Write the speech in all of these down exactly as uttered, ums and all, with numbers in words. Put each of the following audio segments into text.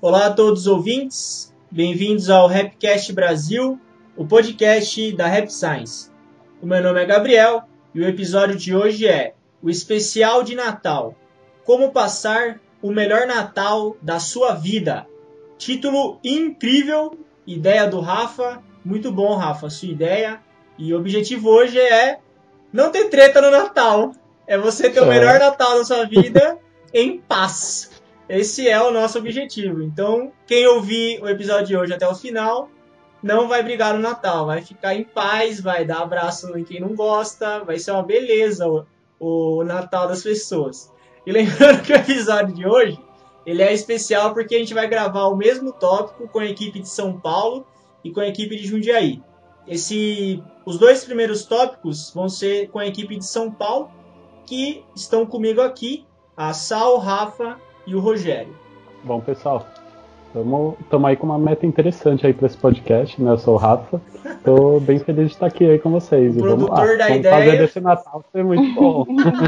Olá a todos os ouvintes, bem-vindos ao Rapcast Brasil, o podcast da Rap Science. O meu nome é Gabriel e o episódio de hoje é o especial de Natal, como passar o melhor Natal da sua vida. Título incrível, ideia do Rafa, muito bom Rafa, sua ideia. E o objetivo hoje é não ter treta no Natal, é você ter o melhor Natal da sua vida em paz. Esse é o nosso objetivo. Então, quem ouvir o episódio de hoje até o final, não vai brigar no Natal. Vai ficar em paz, vai dar abraço em quem não gosta. Vai ser uma beleza o, o Natal das pessoas. E lembrando que o episódio de hoje, ele é especial porque a gente vai gravar o mesmo tópico com a equipe de São Paulo e com a equipe de Jundiaí. Esse, os dois primeiros tópicos vão ser com a equipe de São Paulo, que estão comigo aqui, a Sal, o Rafa e o Rogério. Bom, pessoal, estamos aí com uma meta interessante aí para esse podcast, né? Eu sou o Rafa, estou bem feliz de estar aqui aí com vocês. O e produtor vamos lá, da vamos ideia... fazer desse Natal ser muito bom.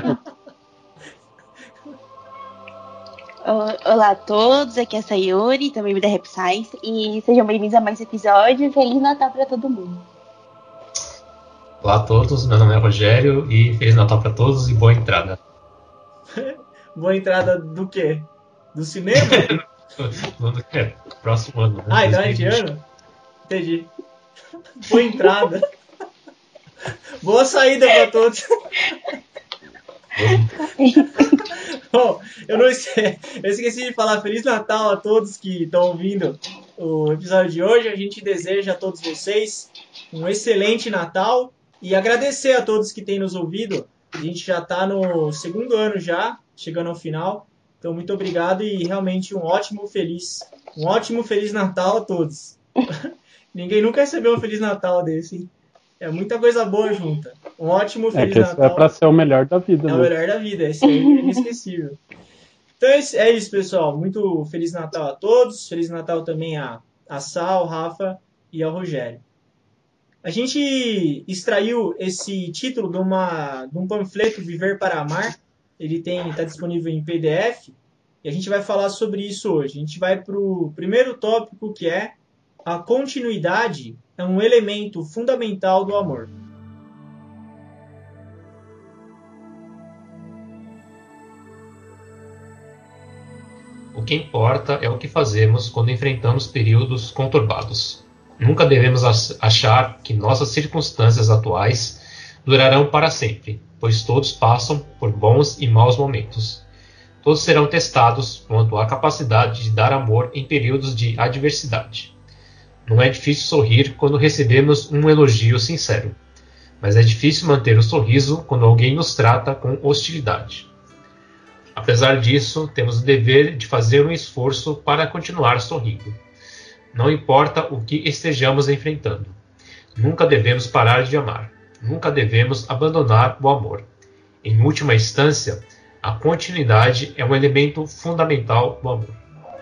Olá a todos, aqui é a Sayuri, também da Rap Science, e sejam bem-vindos a mais um episódio. Feliz Natal para todo mundo. Olá a todos, meu nome é Rogério e Feliz Natal para todos e boa entrada. Boa entrada do quê? Do cinema? No ano que é, próximo ano. Né? Ah, então é de ano? Entendi. Boa entrada. Boa saída para todos. Bom, eu, não esqueci, eu esqueci de falar Feliz Natal a todos que estão ouvindo o episódio de hoje. A gente deseja a todos vocês um excelente Natal e agradecer a todos que têm nos ouvido. A gente já está no segundo ano já, chegando ao final. Então, muito obrigado e realmente um ótimo feliz, um ótimo Feliz Natal a todos. Ninguém nunca recebeu um Feliz Natal desse, hein? É muita coisa boa junta. Um ótimo Feliz é que Natal. É para ser o melhor da vida. É né? o melhor da vida, esse aí é inesquecível. Então é isso, pessoal. Muito Feliz Natal a todos. Feliz Natal também a, a Sal, ao Rafa e ao Rogério. A gente extraiu esse título de, uma, de um panfleto Viver para Amar. Ele está disponível em P D F. E a gente vai falar sobre isso hoje. A gente vai para o primeiro tópico, que é a continuidade é um elemento fundamental do amor. O que importa é o que fazemos quando enfrentamos períodos conturbados. Nunca devemos achar que nossas circunstâncias atuais durarão para sempre, pois todos passam por bons e maus momentos. Todos serão testados quanto à capacidade de dar amor em períodos de adversidade. Não é difícil sorrir quando recebemos um elogio sincero, mas é difícil manter o sorriso quando alguém nos trata com hostilidade. Apesar disso, temos o dever de fazer um esforço para continuar sorrindo. Não importa o que estejamos enfrentando. Nunca devemos parar de amar. Nunca devemos abandonar o amor. Em última instância, a continuidade é um elemento fundamental do amor.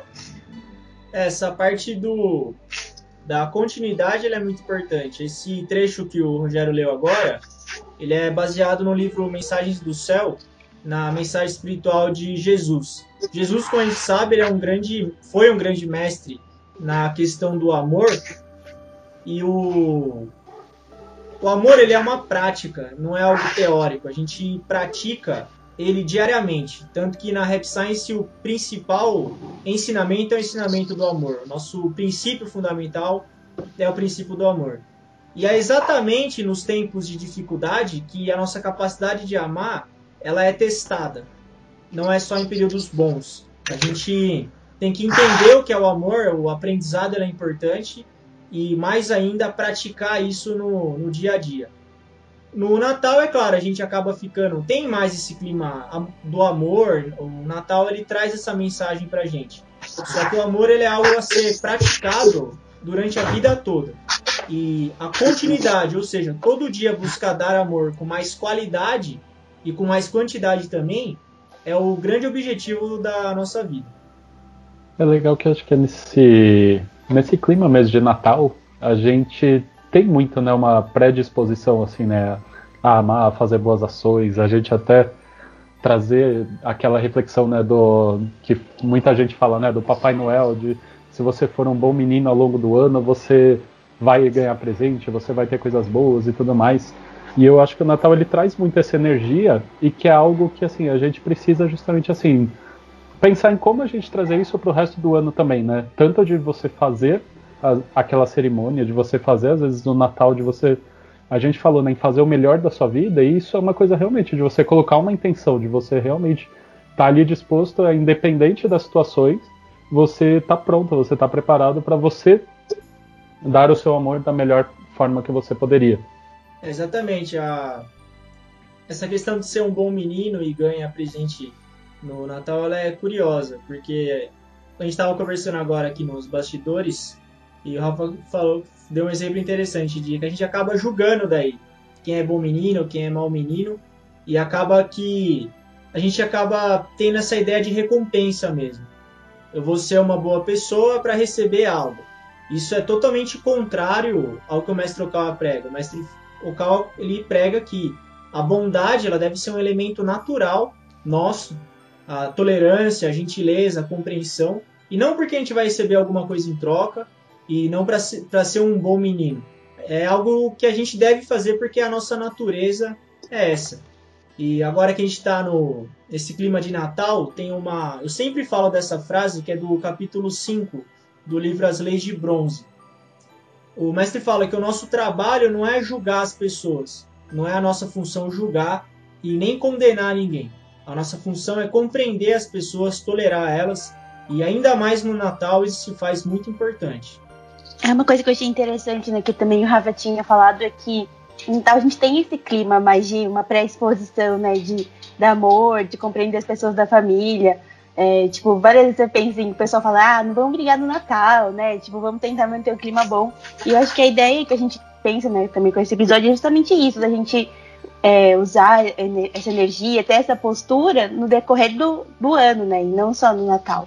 Essa parte do, da continuidade ela é muito importante. Esse trecho que o Rogério leu agora, ele é baseado no livro Mensagens do Céu, na mensagem espiritual de Jesus. Jesus, como a gente sabe, ele é um grande, foi um grande mestre na questão do amor. E o, o amor ele é uma prática, não é algo teórico. A gente pratica ele diariamente. Tanto que na Rap Science o principal ensinamento é o ensinamento do amor. Nosso princípio fundamental é o princípio do amor. E é exatamente nos tempos de dificuldade que a nossa capacidade de amar ela é testada. Não é só em períodos bons. A gente tem que entender o que é o amor, o aprendizado é importante e mais ainda praticar isso no, no dia a dia. No Natal, é claro, a gente acaba ficando... Tem mais esse clima do amor. O Natal ele traz essa mensagem pra gente. Só que o amor ele é algo a ser praticado durante a vida toda. E a continuidade, ou seja, todo dia buscar dar amor com mais qualidade e com mais quantidade também, é o grande objetivo da nossa vida. É legal que acho que é nesse, nesse clima mesmo de Natal, a gente tem muito, né, uma predisposição assim, né, a amar, a fazer boas ações. A gente até trazer aquela reflexão, né, do que muita gente fala, né, do Papai Noel, de se você for um bom menino ao longo do ano, você vai ganhar presente, você vai ter coisas boas e tudo mais. E eu acho que o Natal ele traz muito essa energia e que é algo que assim a gente precisa justamente assim pensar em como a gente trazer isso para o resto do ano também, né? Tanto de você fazer a, aquela cerimônia, de você fazer às vezes no Natal, de você a gente falou, né, em fazer o melhor da sua vida, e isso é uma coisa realmente de você colocar uma intenção, de você realmente estar tá ali disposto, a, independente das situações, você está pronto, você está preparado para você dar o seu amor da melhor forma que você poderia. Exatamente. A... Essa questão de ser um bom menino e ganhar presente no Natal, ela é curiosa, porque a gente estava conversando agora aqui nos bastidores, e o Rafa falou, deu um exemplo interessante de que a gente acaba julgando daí quem é bom menino, quem é mau menino, e acaba que a gente acaba tendo essa ideia de recompensa mesmo. Eu vou ser uma boa pessoa para receber algo. Isso é totalmente contrário ao que o mestre Okawa prega. O mestre Okawa ele prega que a bondade ela deve ser um elemento natural nosso, a tolerância, a gentileza, a compreensão, e não porque a gente vai receber alguma coisa em troca, e não para ser, para ser um bom menino. É algo que a gente deve fazer porque a nossa natureza é essa. E agora que a gente está nesse clima de Natal, tem uma... eu sempre falo dessa frase que é do capítulo cinco do livro As Leis de Bronze. O mestre fala que o nosso trabalho não é julgar as pessoas, não é a nossa função julgar e nem condenar ninguém. A nossa função é compreender as pessoas, tolerar elas, e ainda mais no Natal isso se faz muito importante. É uma coisa que eu achei interessante, né, que também o Rafa tinha falado, é que então a gente tem esse clima mais de uma pré-exposição, né, de, de amor, de compreender as pessoas da família. É, tipo, várias vezes você pensa em o pessoal fala, ah, não vamos brigar no Natal, né, tipo, vamos tentar manter o clima bom. E eu acho que a ideia que a gente pensa, né, também com esse episódio é justamente isso, da gente é, usar essa energia, ter essa postura no decorrer do, do ano, né, e não só no Natal.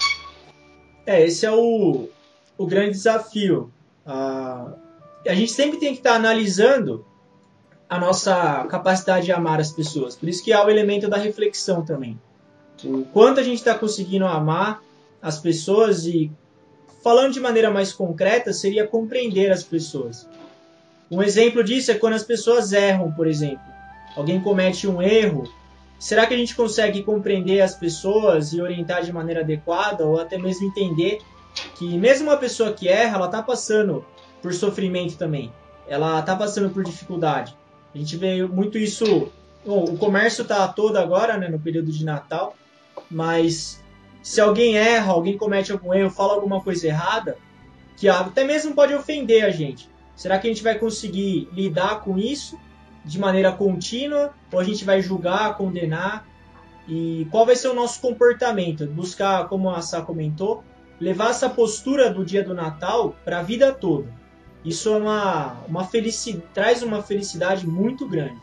É, esse é o, o grande desafio. Ah, a gente sempre tem que estar analisando a nossa capacidade de amar as pessoas. Por isso que há o elemento da reflexão também. O quanto a gente está conseguindo amar as pessoas e, falando de maneira mais concreta, seria compreender as pessoas. Um exemplo disso é quando as pessoas erram, por exemplo. Alguém comete um erro. Será que a gente consegue compreender as pessoas e orientar de maneira adequada ou até mesmo entender que mesmo uma pessoa que erra, ela está passando por sofrimento também. Ela está passando por dificuldade. A gente vê muito isso... Bom, o comércio está todo agora, né, no período de Natal, mas se alguém erra, alguém comete algum erro, fala alguma coisa errada, que até mesmo pode ofender a gente. Será que a gente vai conseguir lidar com isso de maneira contínua? Ou a gente vai julgar, condenar? E qual vai ser o nosso comportamento? Buscar, como a Sá comentou, levar essa postura do dia do Natal para a vida toda. Isso é uma, uma felicidade, traz uma felicidade muito grande.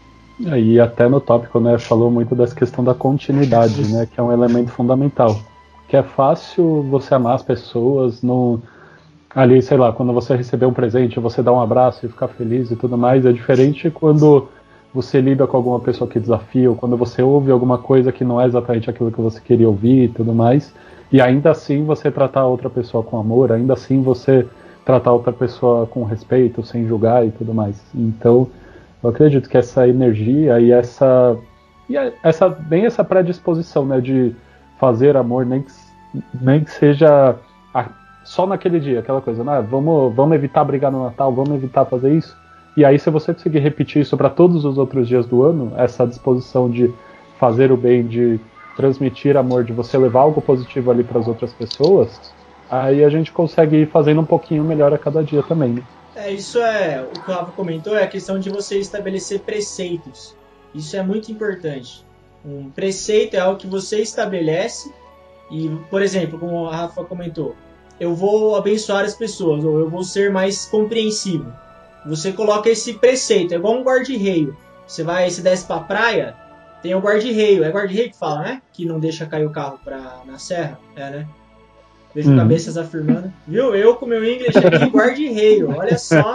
E até no tópico, né, falou muito dessa questão da continuidade, né, que é um elemento fundamental. Que é fácil você amar as pessoas, no, ali, sei lá, quando você receber um presente, você dá um abraço e ficar feliz e tudo mais. É diferente quando você lida com alguma pessoa que desafia, ou quando você ouve alguma coisa que não é exatamente aquilo que você queria ouvir e tudo mais. E ainda assim você tratar a outra pessoa com amor, ainda assim você tratar a outra pessoa com respeito, sem julgar e tudo mais. Então, eu acredito que essa energia e essa, e essa bem essa predisposição, né, de fazer amor, nem que, nem que seja a, só naquele dia, aquela coisa, né, vamos, vamos evitar brigar no Natal, vamos evitar fazer isso. E aí, se você conseguir repetir isso para todos os outros dias do ano, essa disposição de fazer o bem, de transmitir amor, de você levar algo positivo ali para as outras pessoas, aí a gente consegue ir fazendo um pouquinho melhor a cada dia também, né? É, isso é, o que o Rafa comentou, é a questão de você estabelecer preceitos. Isso é muito importante. Um preceito é algo que você estabelece e, por exemplo, como a Rafa comentou, eu vou abençoar as pessoas, ou eu vou ser mais compreensivo. Você coloca esse preceito, é igual um guarda-reio. Você vai, se desce pra praia, tem o guarda-reio. É guarda-reio que fala, né? Que não deixa cair o carro pra, na serra. É, né? Vejo hum. cabeças afirmando. Viu? Eu com meu inglês aqui, guarda-reio. Olha só.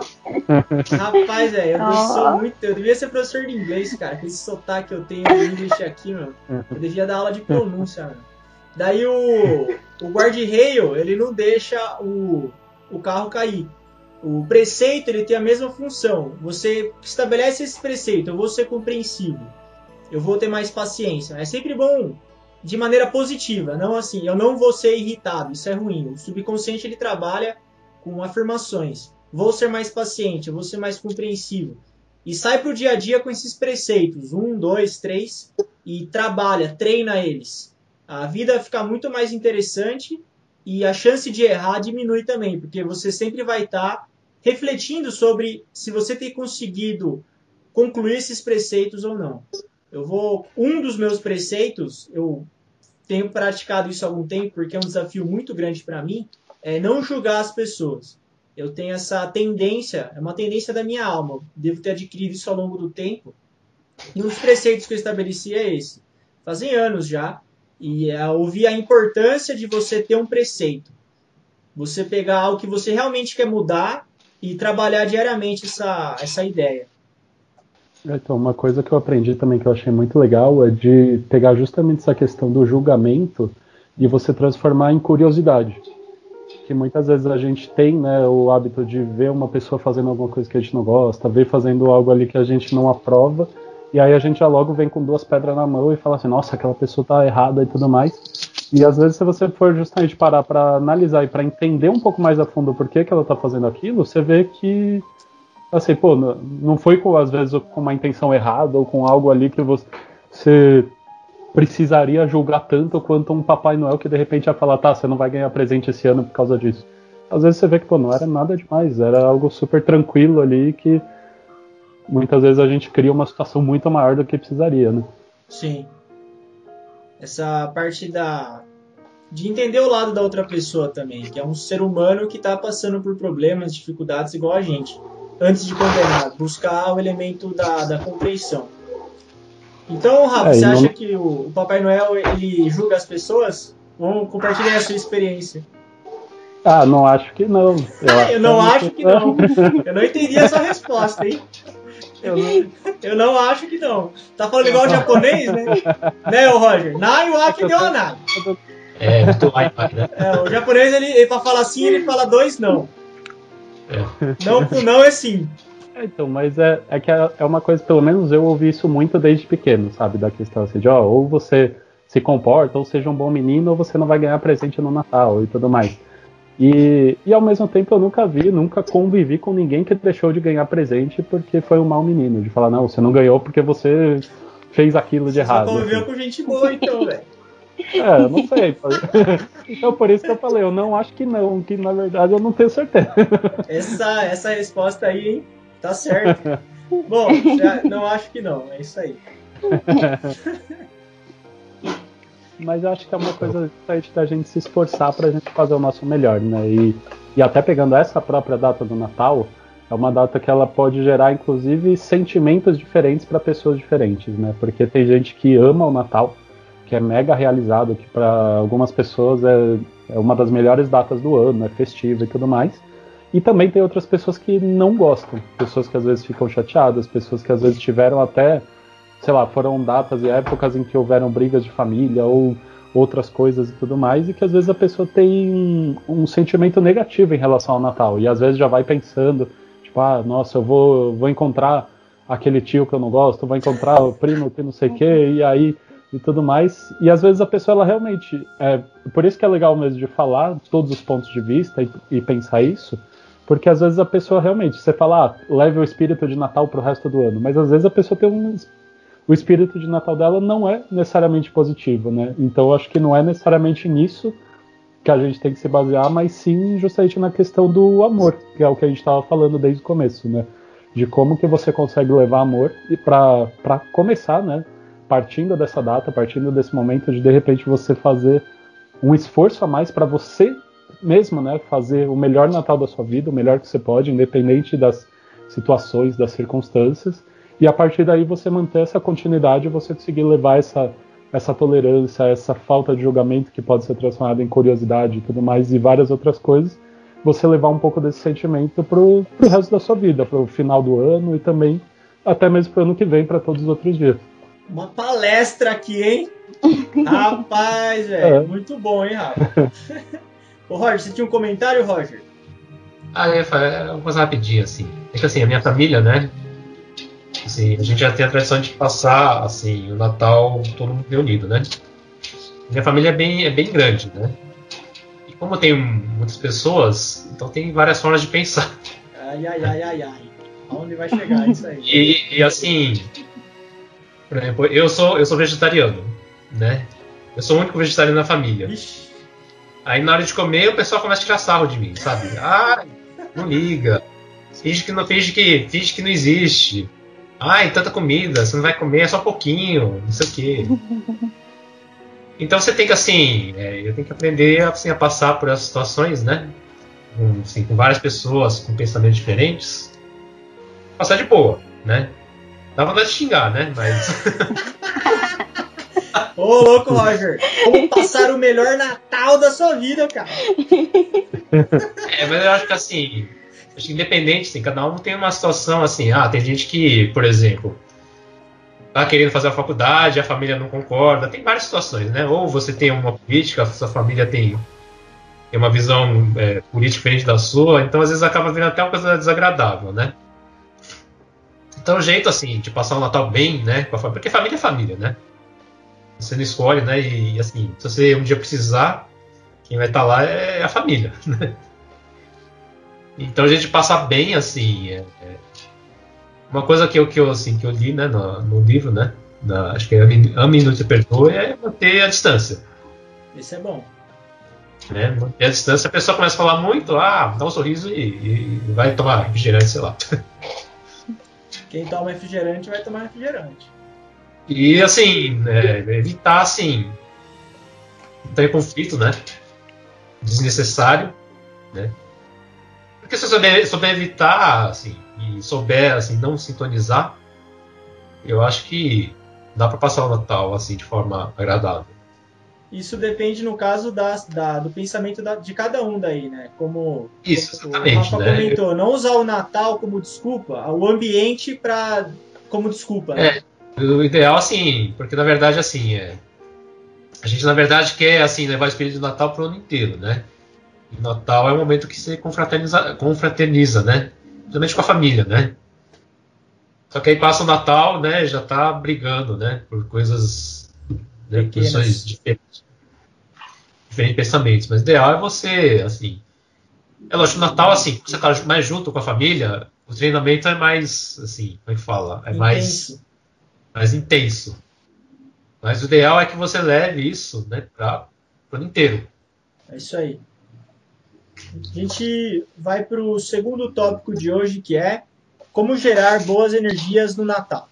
Rapaz, velho, eu, oh. sou muito... eu devia ser professor de inglês, cara. Com esse sotaque que eu tenho no inglês aqui, mano. Eu devia dar aula de pronúncia, mano. Daí o, o guarda-reio, ele não deixa o, o carro cair. O preceito, ele tem a mesma função. Você estabelece esse preceito. Eu vou ser compreensivo. Eu vou ter mais paciência. É sempre bom... de maneira positiva, não assim, eu não vou ser irritado, isso é ruim. O subconsciente ele trabalha com afirmações. Vou ser mais paciente, vou ser mais compreensivo. E sai para o dia a dia com esses preceitos, um, dois, três, e trabalha, treina eles. A vida fica muito mais interessante e a chance de errar diminui também, porque você sempre vai estar refletindo sobre se você tem conseguido concluir esses preceitos ou não. Eu vou, um dos meus preceitos, eu tenho praticado isso há algum tempo, porque é um desafio muito grande para mim, é não julgar as pessoas. Eu tenho essa tendência, é uma tendência da minha alma, devo ter adquirido isso ao longo do tempo, e um dos preceitos que eu estabeleci é esse. Fazem anos já, e é ouvir a importância de você ter um preceito. Você pegar algo que você realmente quer mudar e trabalhar diariamente essa, essa ideia. Então, uma coisa que eu aprendi também que eu achei muito legal é de pegar justamente essa questão do julgamento e você transformar em curiosidade. Que muitas vezes a gente tem, né, o hábito de ver uma pessoa fazendo alguma coisa que a gente não gosta, ver fazendo algo ali que a gente não aprova, e aí a gente já logo vem com duas pedras na mão e fala assim, nossa, aquela pessoa tá errada e tudo mais. E às vezes se você for justamente parar para analisar e para entender um pouco mais a fundo o porquê que ela tá fazendo aquilo, você vê que assim, pô, não foi com, às vezes com uma intenção errada ou com algo ali que você precisaria julgar tanto quanto um Papai Noel que de repente ia falar, tá, você não vai ganhar presente esse ano por causa disso. Às vezes você vê que, pô, não era nada demais, era algo super tranquilo ali que muitas vezes a gente cria uma situação muito maior do que precisaria, né? Sim. Essa parte da... de entender o lado da outra pessoa também, que é um ser humano que tá passando por problemas, dificuldades igual a gente. Antes de condenar, buscar o elemento da, da compreensão. Então, Rafa, é, você não... acha que o, o Papai Noel ele julga as pessoas? Vamos compartilhar a sua experiência. Ah, não acho que não. Eu, ah, eu não acho que não. Eu não entendi essa resposta, hein? Eu não, eu não acho que não. Tá falando igual o japonês, né? Né, o Roger? Não, eu acho que deu nada. É, muito iPad, né? É, o japonês, ele, ele pra falar sim, ele fala dois não. É. Não com não é sim. É, então, mas é, é que é uma coisa, pelo menos eu ouvi isso muito desde pequeno, sabe? Da questão assim de, ó, ou você se comporta, ou seja um bom menino, ou você não vai ganhar presente no Natal e tudo mais. E, e ao mesmo tempo eu nunca vi, nunca convivi com ninguém que deixou de ganhar presente porque foi um mau menino. De falar, não, você não ganhou porque você fez aquilo de você errado. Você conviveu assim. Com gente boa então, velho. É, eu não sei. Então por isso que eu falei, eu não acho que não, que na verdade eu não tenho certeza. Essa, essa resposta aí, hein? Tá certo. Bom, já não acho que não, é isso aí. Mas eu acho que é uma coisa da gente se esforçar pra gente fazer o nosso melhor, né? E, e até pegando essa própria data do Natal, é uma data que ela pode gerar, inclusive, sentimentos diferentes para pessoas diferentes, né? Porque tem gente que ama o Natal, que é mega realizado, que para algumas pessoas é, é uma das melhores datas do ano, é festiva e tudo mais. E também tem outras pessoas que não gostam, pessoas que às vezes ficam chateadas, pessoas que às vezes tiveram até, sei lá, foram datas e épocas em que houveram brigas de família ou outras coisas e tudo mais, e que às vezes a pessoa tem um sentimento negativo em relação ao Natal, e às vezes já vai pensando, tipo, ah, nossa, eu vou, vou encontrar aquele tio que eu não gosto, vou encontrar o primo que não sei o que, e aí... e tudo mais, e às vezes a pessoa, ela realmente, é, por isso que é legal mesmo de falar todos os pontos de vista e, e pensar isso, porque às vezes a pessoa realmente, você fala, ah, leve o espírito de Natal pro resto do ano, mas às vezes a pessoa tem um, o espírito de Natal dela não é necessariamente positivo, né, então eu acho que não é necessariamente nisso que a gente tem que se basear, mas sim justamente na questão do amor, que é o que a gente estava falando desde o começo, né, de como que você consegue levar amor e pra, pra começar, né, partindo dessa data, partindo desse momento de de repente você fazer um esforço a mais para você mesmo, né, fazer o melhor Natal da sua vida, o melhor que você pode, independente das situações, das circunstâncias, e a partir daí você manter essa continuidade, você conseguir levar essa essa tolerância, essa falta de julgamento que pode ser transformada em curiosidade e tudo mais, e várias outras coisas, você levar um pouco desse sentimento pro, pro resto da sua vida, pro final do ano e também até mesmo pro ano que vem, para todos os outros dias. Uma palestra aqui, hein? Rapaz, velho, É. muito bom, hein, Rafa? Ô, Roger, você tinha um comentário, Roger? Ah, eu ia falar é uma coisa rapidinha, assim. É que assim, a minha família, né? Assim, a gente já tem a tradição de passar, assim, o Natal todo mundo reunido, né? Minha família é bem, é bem grande, né? E como tem muitas pessoas, então tem várias formas de pensar. Ai, ai, ai, ai, ai. Aonde vai chegar isso aí? E, e assim, por exemplo, eu sou, eu sou vegetariano, né? Eu sou o único vegetariano na família. Ixi, Aí na hora de comer o pessoal começa a tirar sarro de mim, sabe? Ah, não liga. Finge que não, finge que, finge que não existe. Ai, tanta comida, você não vai comer, é só pouquinho, não sei o quê. Então você tem que, assim, é, eu tenho que aprender assim, a passar por essas situações, né? Com, assim, com várias pessoas com pensamentos diferentes. Passar de boa, né? Dá vontade de xingar, né? Mas. ô, louco, Roger. Como passar o melhor Natal da sua vida, cara. É, mas eu acho que assim, acho que independente, assim, cada um tem uma situação assim, ah, tem gente que, por exemplo, tá querendo fazer a faculdade, a família não concorda, tem várias situações, né? Ou você tem uma política, a sua família tem, tem uma visão é, política diferente da sua, então às vezes acaba virando até uma coisa desagradável, né? Então o jeito, assim, de passar o Natal bem, né, com a família, porque família é família, né? Você não escolhe, né? E assim, se você um dia precisar, quem vai estar lá é a família, né? Então a gente passar bem, assim, é, é uma coisa que eu, que eu, assim, que eu li, né, no, no livro, né, na, acho que é Ame e Não Te Perdoe, é manter a distância. Isso é bom. Né? Manter a distância, a pessoa começa a falar muito, ah, dá um sorriso e, e vai tomar refrigerante, sei lá. Quem toma refrigerante vai tomar refrigerante. E, assim, é, evitar, assim, entrar em conflito, né, desnecessário, né. Porque se você souber, souber evitar, assim, e souber, assim, não sintonizar, eu acho que dá para passar o Natal, assim, de forma agradável. Isso depende, no caso, da, da, do pensamento da, de cada um daí, né? Como, Isso, como o exatamente, Rafa né? comentou, não usar o Natal como desculpa, o ambiente pra, como desculpa, né? É, o ideal, assim, porque na verdade, assim, é, a gente, na verdade, quer, assim, levar o espírito do Natal pro ano inteiro, né? E o Natal é o momento que você confraterniza, confraterniza, né? Principalmente com a família, né? Só que aí passa o Natal, né? Já tá brigando, né? Por coisas, né? Pequenas. Posições diferentes, diferentes pensamentos. Mas o ideal é você, assim. É lógico, no Natal, assim, você tá mais junto com a família, o treinamento é mais, assim, como é que fala? É mais, Intenso. mais intenso. Mas o ideal é que você leve isso, né, para o ano inteiro. É isso aí. A gente vai para o segundo tópico de hoje, que é como gerar boas energias no Natal.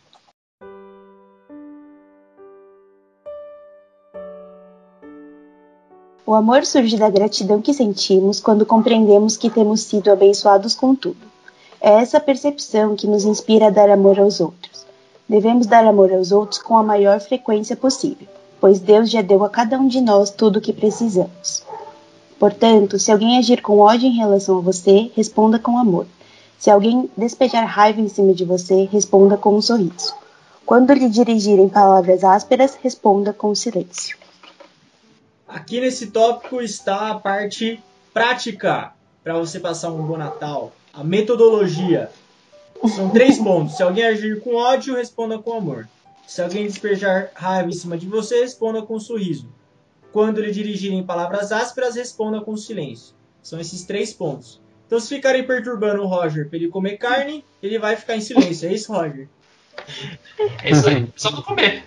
O amor surge da gratidão que sentimos quando compreendemos que temos sido abençoados com tudo. É essa percepção que nos inspira a dar amor aos outros. Devemos dar amor aos outros com a maior frequência possível, pois Deus já deu a cada um de nós tudo o que precisamos. Portanto, se alguém agir com ódio em relação a você, responda com amor. Se alguém despejar raiva em cima de você, responda com um sorriso. Quando lhe dirigirem palavras ásperas, responda com silêncio. Aqui nesse tópico está a parte prática para você passar um bom Natal. A metodologia. São três pontos. Se alguém agir com ódio, responda com amor. Se alguém despejar raiva em cima de você, responda com um sorriso. Quando lhe dirigirem palavras ásperas, responda com silêncio. São esses três pontos. Então, se ficarem perturbando o Roger para ele comer carne, ele vai ficar em silêncio. É isso, Roger? É isso aí. Só não comer.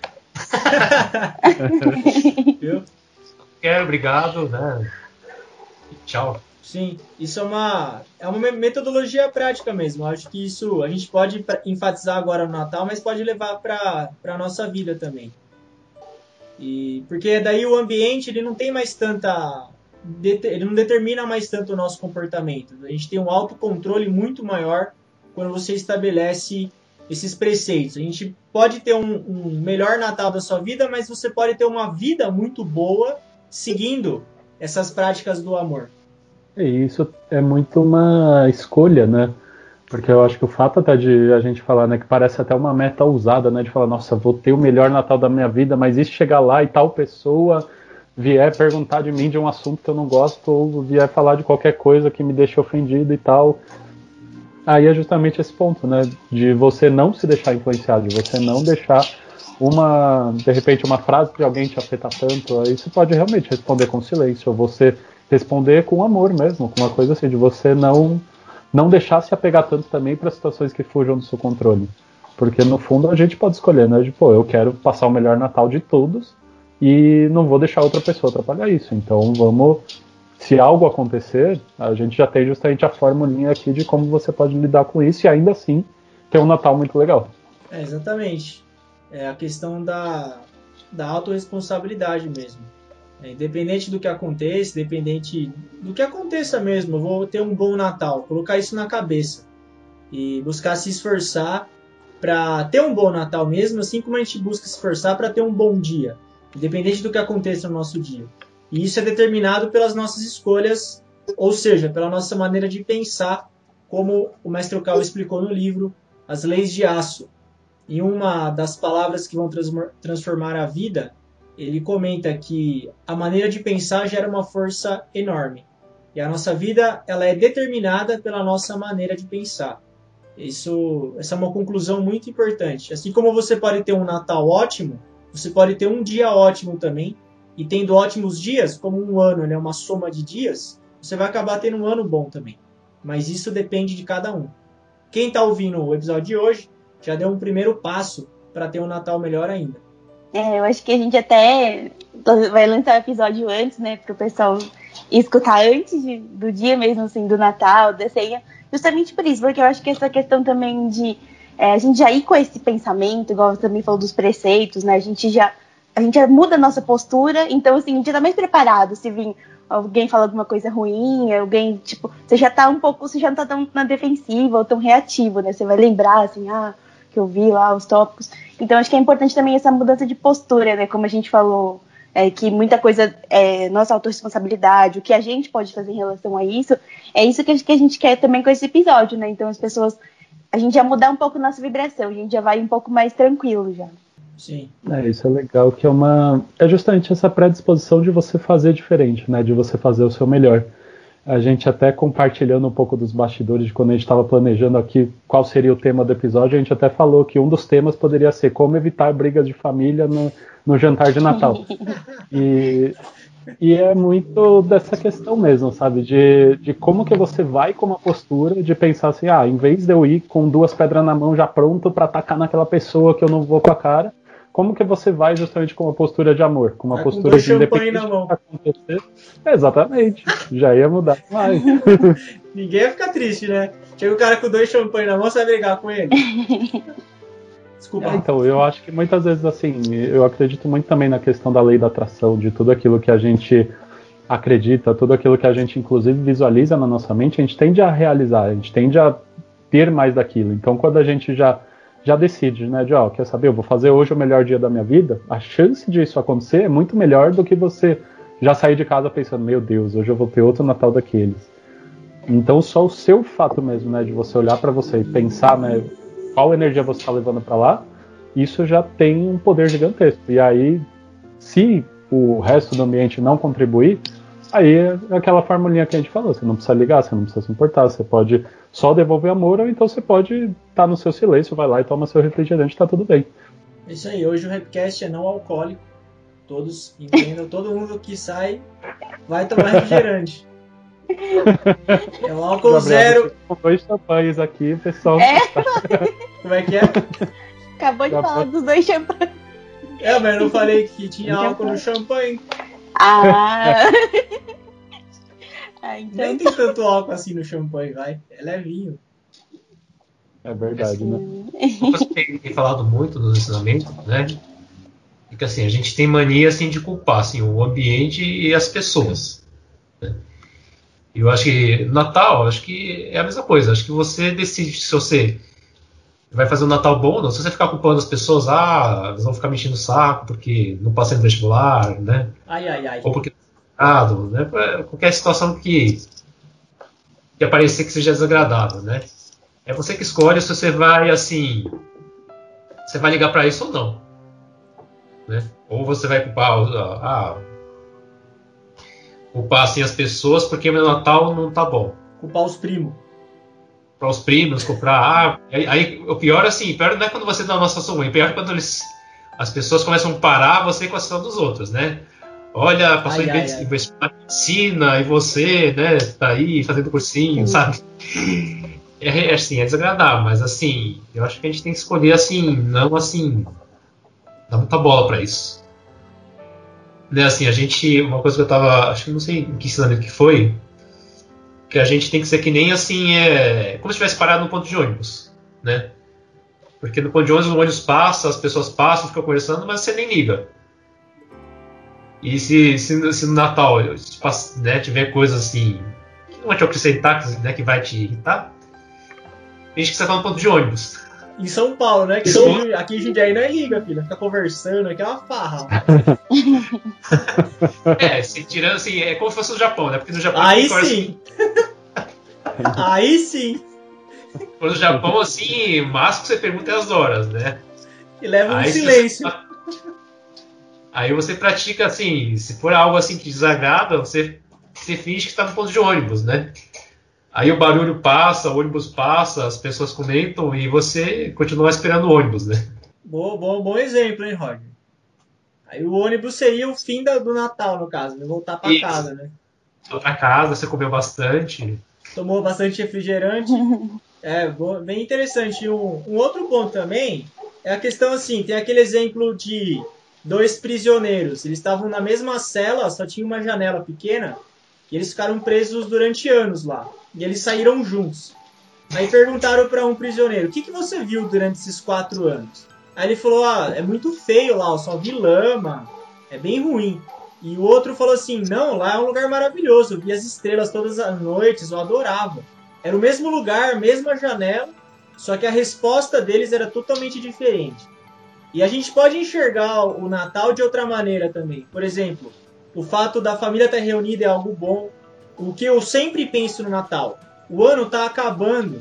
Viu? Quero, obrigado, né? Tchau. Sim, isso é uma, é uma metodologia prática mesmo. Eu acho que isso a gente pode enfatizar agora no Natal, mas pode levar para a nossa vida também. E, porque daí o ambiente ele não tem mais tanta. Ele não determina mais tanto o nosso comportamento. A gente tem um autocontrole muito maior quando você estabelece esses preceitos. A gente pode ter um, um melhor Natal da sua vida, mas você pode ter uma vida muito boa seguindo essas práticas do amor. E isso é muito uma escolha, né? Porque eu acho que o fato até de a gente falar, né, que parece até uma meta ousada, né, de falar, nossa, vou ter o melhor Natal da minha vida, mas e se chegar lá e tal pessoa vier perguntar de mim de um assunto que eu não gosto, ou vier falar de qualquer coisa que me deixe ofendido e tal. Aí é justamente esse ponto, né, de você não se deixar influenciar, de você não deixar uma, de repente, uma frase de alguém te afetar tanto. Aí você pode realmente responder com silêncio, ou você responder com amor mesmo, com uma coisa assim, de você não, não deixar se apegar tanto também para situações que fujam do seu controle. Porque no fundo a gente pode escolher, né, de pô, eu quero passar o melhor Natal de todos, e não vou deixar outra pessoa atrapalhar isso. Então vamos, se algo acontecer, a gente já tem justamente a formulinha aqui de como você pode lidar com isso e ainda assim ter um Natal muito legal. É, exatamente. É a questão da, da autorresponsabilidade mesmo. É, independente do que aconteça, independente do que aconteça mesmo, eu vou ter um bom Natal. Colocar isso na cabeça e buscar se esforçar para ter um bom Natal mesmo, assim como a gente busca se esforçar para ter um bom dia. Independente do que aconteça no nosso dia. E isso é determinado pelas nossas escolhas, ou seja, pela nossa maneira de pensar, como o mestre Okawa explicou no livro As Leis de Aço. Em uma das palavras que vão transformar a vida, ele comenta que a maneira de pensar gera uma força enorme. E a nossa vida ela é determinada pela nossa maneira de pensar. Isso, essa é uma conclusão muito importante. Assim como você pode ter um Natal ótimo, você pode ter um dia ótimo também, e tendo ótimos dias, como um ano, né, uma soma de dias, você vai acabar tendo um ano bom também. Mas isso depende de cada um. Quem está ouvindo o episódio de hoje já deu um primeiro passo para ter um Natal melhor ainda. É, eu acho que a gente até vai lançar o episódio antes, né, para o pessoal escutar antes de, do dia mesmo, assim, do Natal, da ceia, justamente por isso, porque eu acho que essa questão também de É, a gente já ir com esse pensamento, igual você também falou dos preceitos, né? A gente já, a gente já muda a nossa postura, então assim, a gente já tá mais preparado se vir alguém falar alguma coisa ruim, alguém, tipo, você já tá um pouco, você já não tá tão na defensiva ou tão reativo, né? Você vai lembrar, assim, ah, que eu vi lá os tópicos. Então acho que é importante também essa mudança de postura, né? Como a gente falou, é, que muita coisa é nossa autorresponsabilidade, o que a gente pode fazer em relação a isso, é isso que a gente quer também com esse episódio, né? Então as pessoas, a gente já mudar um pouco nossa vibração, a gente já vai um pouco mais tranquilo já. Sim. É, isso é legal, que é uma... É justamente essa predisposição de você fazer diferente, né? De você fazer o seu melhor. A gente até compartilhando um pouco dos bastidores de quando a gente estava planejando aqui qual seria o tema do episódio, a gente até falou que um dos temas poderia ser como evitar brigas de família no, no jantar de Natal. E... E é muito dessa questão mesmo, sabe? De, de como que você vai com uma postura de pensar assim, ah, em vez de eu ir com duas pedras na mão já pronto para atacar naquela pessoa que eu não vou com a cara, como que você vai justamente com uma postura de amor? Com uma vai postura com de independente na mão. do que acontecer. É, exatamente. Já ia mudar mais. Ninguém ia ficar triste, né? Chega o cara com dois champanhe na mão, você vai brigar com ele. Desculpa. É, então, eu acho que muitas vezes, assim, eu acredito muito também na questão da lei da atração, de tudo aquilo que a gente acredita, tudo aquilo que a gente, inclusive, visualiza na nossa mente, a gente tende a realizar, a gente tende a ter mais daquilo. Então, quando a gente já, já decide, né, de, ó, quer saber, eu vou fazer hoje o melhor dia da minha vida, a chance disso acontecer é muito melhor do que você já sair de casa pensando, meu Deus, hoje eu vou ter outro Natal daqueles. Então, só o seu fato mesmo, né, de você olhar para você e pensar, né, qual energia você está levando para lá, isso já tem um poder gigantesco. E aí, se o resto do ambiente não contribuir, aí é aquela formulinha que a gente falou, você não precisa ligar, você não precisa se importar, você pode só devolver amor, ou então você pode estar tá no seu silêncio, vai lá e toma seu refrigerante, está tudo bem. É isso aí, hoje o Rapcast é não alcoólico, todos entendam, todo mundo que sai vai tomar refrigerante. É um álcool Gabriel, zero. Com dois champanhes aqui, pessoal. É. Como é que é? Acabou de Já falar pode. dos dois champanhes. É, mas eu não falei que tinha álcool no champanhe. Ah. ah então... Nem tem tanto álcool assim no champanhe, vai. É levinho. É verdade, né? Uma coisa que tem falado muito nos ensinamentos, né? É que assim, a gente tem mania assim, de culpar assim, o ambiente e as pessoas. Né? E eu acho que Natal, acho que é a mesma coisa. Acho que você decide se você vai fazer um Natal bom, não. Se você ficar culpando as pessoas, ah, elas vão ficar me enchendo o saco porque não passei no vestibular, né? Ai, ai, ai. Ou porque errado, né? Qualquer situação que, que aparecer que seja desagradável, né? É você que escolhe se você vai, assim, você vai ligar para isso ou não, né? Ou você vai culpar, ah, culpar assim as pessoas porque meu Natal não tá bom. Culpar os primos. Para os primos, comprar. Ah, aí, aí o pior assim, o pior não é quando você dá uma situação ruim, o pior é quando eles, as pessoas começam a parar você com a situação dos outros, né? Olha, passou em medicina e você, né, tá aí fazendo cursinho, Sim. sabe? É, é assim, é desagradável, mas assim, eu acho que a gente tem que escolher assim, não assim, dar muita bola para isso. Né, assim, a gente, uma coisa que eu tava, acho que não sei em que ensinamento que foi, que a gente tem que ser que nem assim, é como se estivesse parado no ponto de ônibus, né? Porque no ponto de ônibus o ônibus passa, as pessoas passam, ficam conversando, mas você nem liga. E se, se, se no Natal, né, tiver coisas assim que não vai te acrescentar, né, que vai te irritar, finge que você tá no ponto de ônibus. Em São Paulo, né? Que aqui, aqui em Jundiaí não é liga, filho. Fica conversando, aqui é uma farra. É, se tirando assim, é como se fosse no Japão, né? Porque no Japão... Aí sim! Aí sim! No Japão, assim, o máximo que você pergunta é as horas, né? E leva um aí, silêncio. Você... Aí você pratica, assim, se for algo assim que desagrada, você, você finge que está no ponto de ônibus, né? Aí o barulho passa, o ônibus passa, as pessoas comentam e você continua esperando o ônibus, né? Bom, bom, bom exemplo, hein, Roger? Aí o ônibus seria o fim da, do Natal, no caso, né? Voltar para casa, né? Voltar para casa, você comeu bastante. Tomou bastante refrigerante. É, bem interessante. Um, um outro ponto também é a questão assim, tem aquele exemplo de dois prisioneiros. Eles estavam na mesma cela, só tinha uma janela pequena, e eles ficaram presos durante anos lá. E eles saíram juntos. Aí perguntaram para um prisioneiro, o que, que você viu durante esses quatro anos? Aí ele falou, ah, é muito feio lá, eu só vi lama, é bem ruim. E o outro falou assim, não, lá é um lugar maravilhoso, eu vi as estrelas todas as noites, eu adorava. Era o mesmo lugar, mesma janela, só que a resposta deles era totalmente diferente. E a gente pode enxergar o Natal de outra maneira também. Por exemplo, o fato da família estar reunida é algo bom. O que eu sempre penso no Natal, o ano está acabando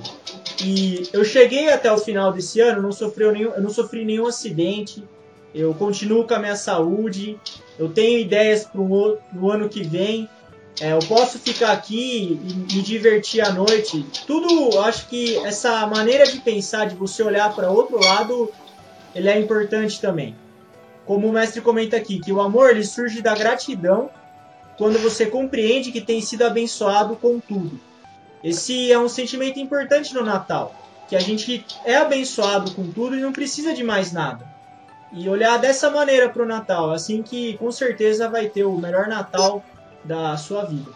e eu cheguei até o final desse ano, não sofri nenhum, eu não sofri nenhum acidente, eu continuo com a minha saúde, eu tenho ideias para o ano que vem, é, eu posso ficar aqui e me divertir à noite. Tudo, acho que essa maneira de pensar, de você olhar para outro lado, ele é importante também. Como o mestre comenta aqui, que o amor ele surge da gratidão quando você compreende que tem sido abençoado com tudo. Esse é um sentimento importante no Natal, que a gente é abençoado com tudo e não precisa de mais nada. E olhar dessa maneira para o Natal, assim que com certeza vai ter o melhor Natal da sua vida.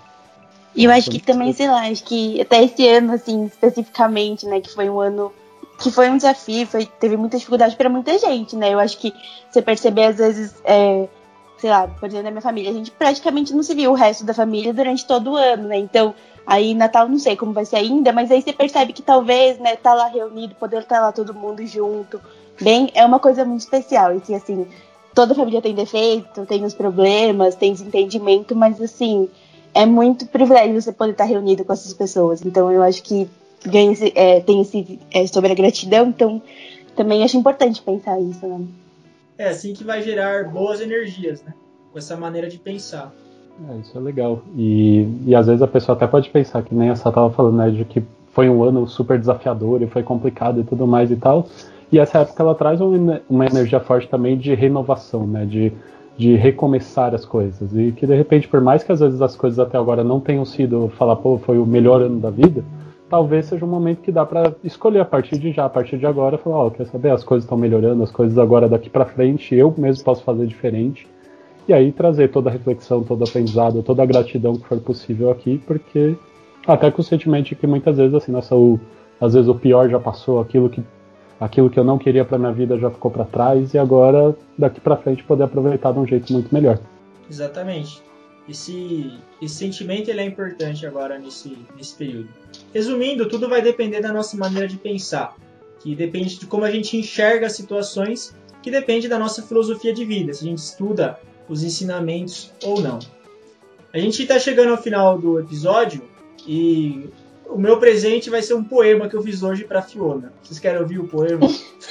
E eu acho que também, sei lá, acho que até esse ano, assim, especificamente, né, que foi um ano que foi um desafio, foi, teve muita dificuldade para muita gente, né? Eu acho que você perceber, às vezes, é, sei lá, por exemplo, da minha família, a gente praticamente não se viu o resto da família durante todo o ano, né? Então, aí Natal não sei como vai ser ainda, mas aí você percebe que talvez, né, tá lá reunido, poder estar lá todo mundo junto, bem, é uma coisa muito especial. E que, assim, toda família tem defeito, tem os problemas, tem desentendimento, mas, assim, é muito privilégio você poder estar reunido com essas pessoas. Então, eu acho que ganha esse, é, tem esse é, sobre a gratidão, então também acho importante pensar isso, né? É assim que vai gerar boas energias, né? Com essa maneira de pensar. É, isso é legal. E, e às vezes a pessoa até pode pensar, que nem a Sá estava falando, né, de que foi um ano super desafiador e foi complicado e tudo mais e tal. E essa época ela traz uma, uma energia forte também de renovação, né, de, de recomeçar as coisas. E que de repente, por mais que às vezes as coisas até agora não tenham sido, falar, pô, foi o melhor ano da vida, talvez seja um momento que dá para escolher a partir de já, a partir de agora, falar, ó, oh, quer saber, as coisas estão melhorando, as coisas agora daqui para frente, eu mesmo posso fazer diferente. E aí trazer toda a reflexão, todo o aprendizado, toda a gratidão que for possível aqui, porque até com o sentimento de que muitas vezes, assim, nossa, o, às vezes o pior já passou, aquilo que, aquilo que eu não queria para minha vida já ficou para trás, e agora, daqui para frente, poder aproveitar de um jeito muito melhor. Exatamente. Esse, esse sentimento ele é importante agora nesse, nesse período. Resumindo, tudo vai depender da nossa maneira de pensar. que depende de como a gente enxerga as situações, que depende da nossa filosofia de vida, se a gente estuda os ensinamentos ou não. A gente está chegando ao final do episódio e o meu presente vai ser um poema que eu fiz hoje para Fiona. Vocês querem ouvir o poema?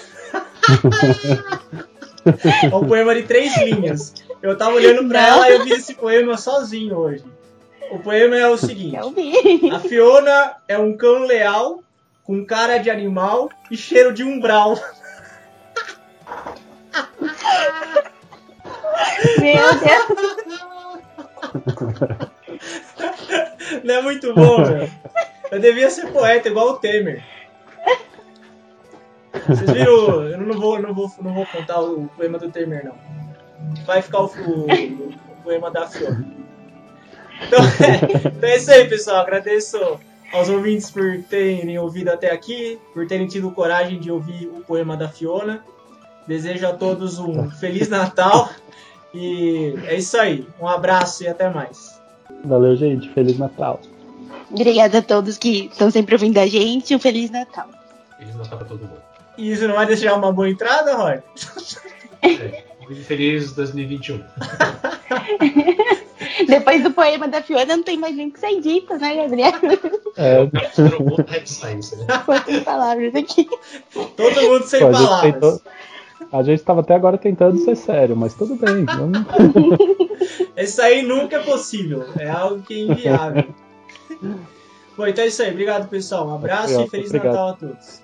É um poema de três linhas. Eu tava olhando para ela e eu fiz esse poema sozinho hoje. O poema é o seguinte: a Fiona é um cão leal com cara de animal e cheiro de umbral. Meu Deus. Não é muito bom, meu. Eu devia ser poeta igual o Temer. Vocês viram? Eu não vou, não vou, não vou contar o poema do Temer, não. Vai ficar o, o, o poema da Fiona. Então é, então é isso aí, pessoal. Agradeço aos ouvintes por terem ouvido até aqui, por terem tido coragem de ouvir o poema da Fiona. Desejo a todos um Feliz Natal. E é isso aí. Um abraço e até mais. Valeu, gente. Feliz Natal. Obrigada a todos que estão sempre ouvindo a gente. Um Feliz Natal. Feliz Natal pra todo mundo. E isso não vai deixar uma boa entrada, Roy? É, feliz dois mil e vinte e um. Depois do poema da Fiona não tem mais nem o que ser dito, né, Gabriel? É. Trocou Rap Science, né? Quantas palavras aqui. Todo mundo sem Pô, palavras. A gente, tentou, a gente tava até agora tentando ser sério, mas tudo bem. Vamos... Isso aí nunca é possível. É algo que é inviável. Bom, então é isso aí. Obrigado, pessoal. Um abraço Obrigado, e Feliz obrigado. Natal a todos.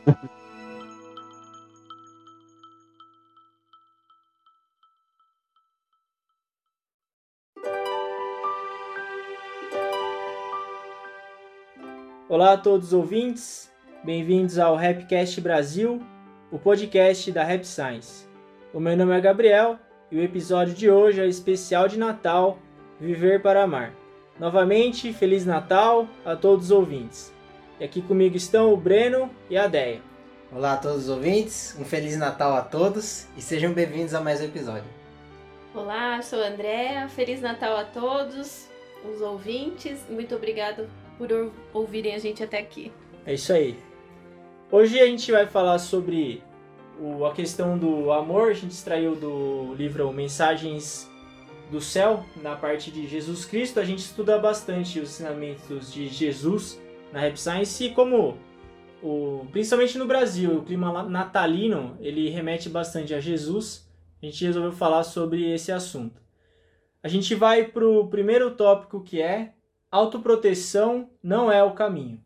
Olá a todos os ouvintes, bem-vindos ao Rapcast Brasil, o podcast da Rap Science. O meu nome é Gabriel e o episódio de hoje é o especial de Natal, Viver para Amar. Novamente, Feliz Natal a todos os ouvintes. E aqui comigo estão o Breno e a Deia. Olá a todos os ouvintes, um Feliz Natal a todos e sejam bem-vindos a mais um episódio. Olá, sou a Andréa, Feliz Natal a todos os ouvintes, muito obrigado por ouvirem a gente até aqui. É isso aí. Hoje a gente vai falar sobre o, a questão do amor. A gente extraiu do livro Mensagens do Céu, na parte de Jesus Cristo. A gente estuda bastante os ensinamentos de Jesus na Rap Science e como, o, principalmente no Brasil, o clima natalino, ele remete bastante a Jesus. A gente resolveu falar sobre esse assunto. A gente vai para o primeiro tópico, que é autoproteção não é o caminho.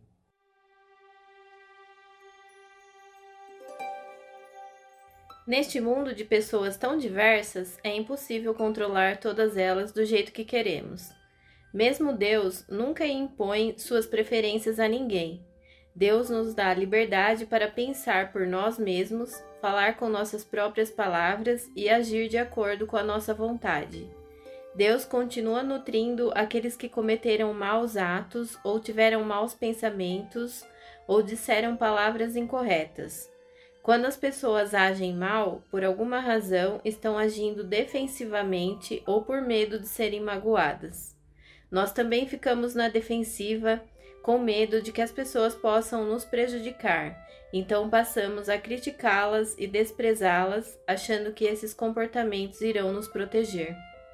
Neste mundo de pessoas tão diversas, é impossível controlar todas elas do jeito que queremos. Mesmo Deus nunca impõe suas preferências a ninguém. Deus nos dá a liberdade para pensar por nós mesmos, falar com nossas próprias palavras e agir de acordo com a nossa vontade. Deus continua nutrindo aqueles que cometeram maus atos ou tiveram maus pensamentos ou disseram palavras incorretas. Quando as pessoas agem mal, por alguma razão, estão agindo defensivamente ou por medo de serem magoadas. Nós também ficamos na defensiva, com medo de que as pessoas possam nos prejudicar, então passamos a criticá-las e desprezá-las, achando que esses comportamentos irão nos proteger.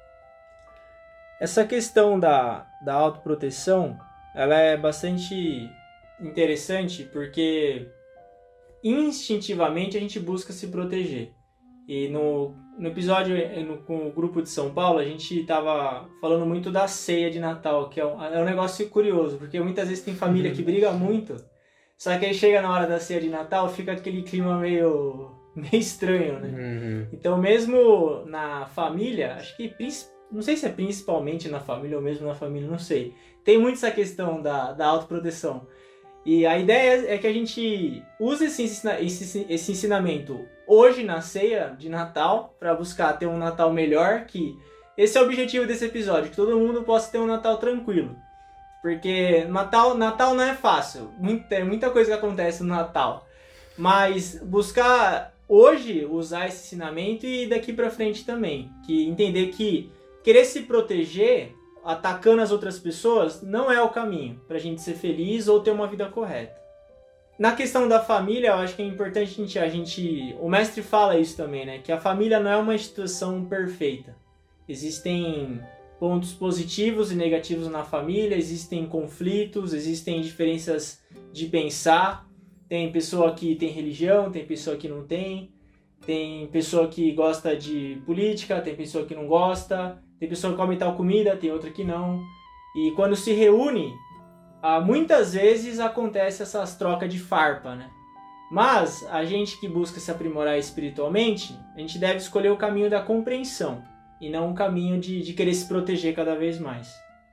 Essa questão da, da autoproteção, ela é bastante interessante porque instintivamente a gente busca se proteger. E no, no episódio no, com o grupo de São Paulo, a gente estava falando muito da ceia de Natal, que é um, é um negócio curioso, porque muitas vezes tem família que briga muito, só que aí chega na hora da ceia de Natal, fica aquele clima meio, meio estranho, né? Uhum. Então mesmo na família, acho que principalmente, não sei se é principalmente na família ou mesmo na família, não sei. Tem muito essa questão da, da autoproteção. E a ideia é que a gente use esse, esse, esse ensinamento hoje na ceia de Natal para buscar ter um Natal melhor, que esse é o objetivo desse episódio, que todo mundo possa ter um Natal tranquilo. Porque Natal, Natal não é fácil, muita, muita coisa que acontece no Natal. Mas buscar hoje usar esse ensinamento e daqui para frente também. Que entender que querer se proteger atacando as outras pessoas não é o caminho pra gente ser feliz ou ter uma vida correta. na questão da família, eu acho que é importante a gente, a gente... O mestre fala isso também, né? Que a família não é uma instituição perfeita. Existem pontos positivos e negativos na família, existem conflitos, existem diferenças de pensar. Tem pessoa que tem religião, tem pessoa que não tem. Tem pessoa que gosta de política, tem pessoa que não gosta. Tem pessoa que come tal comida, tem outra que não. E quando se reúne, muitas vezes acontece essas trocas de farpa, né? Mas a gente que busca se aprimorar espiritualmente, a gente deve escolher o caminho da compreensão e não o caminho de, de querer se proteger cada vez mais.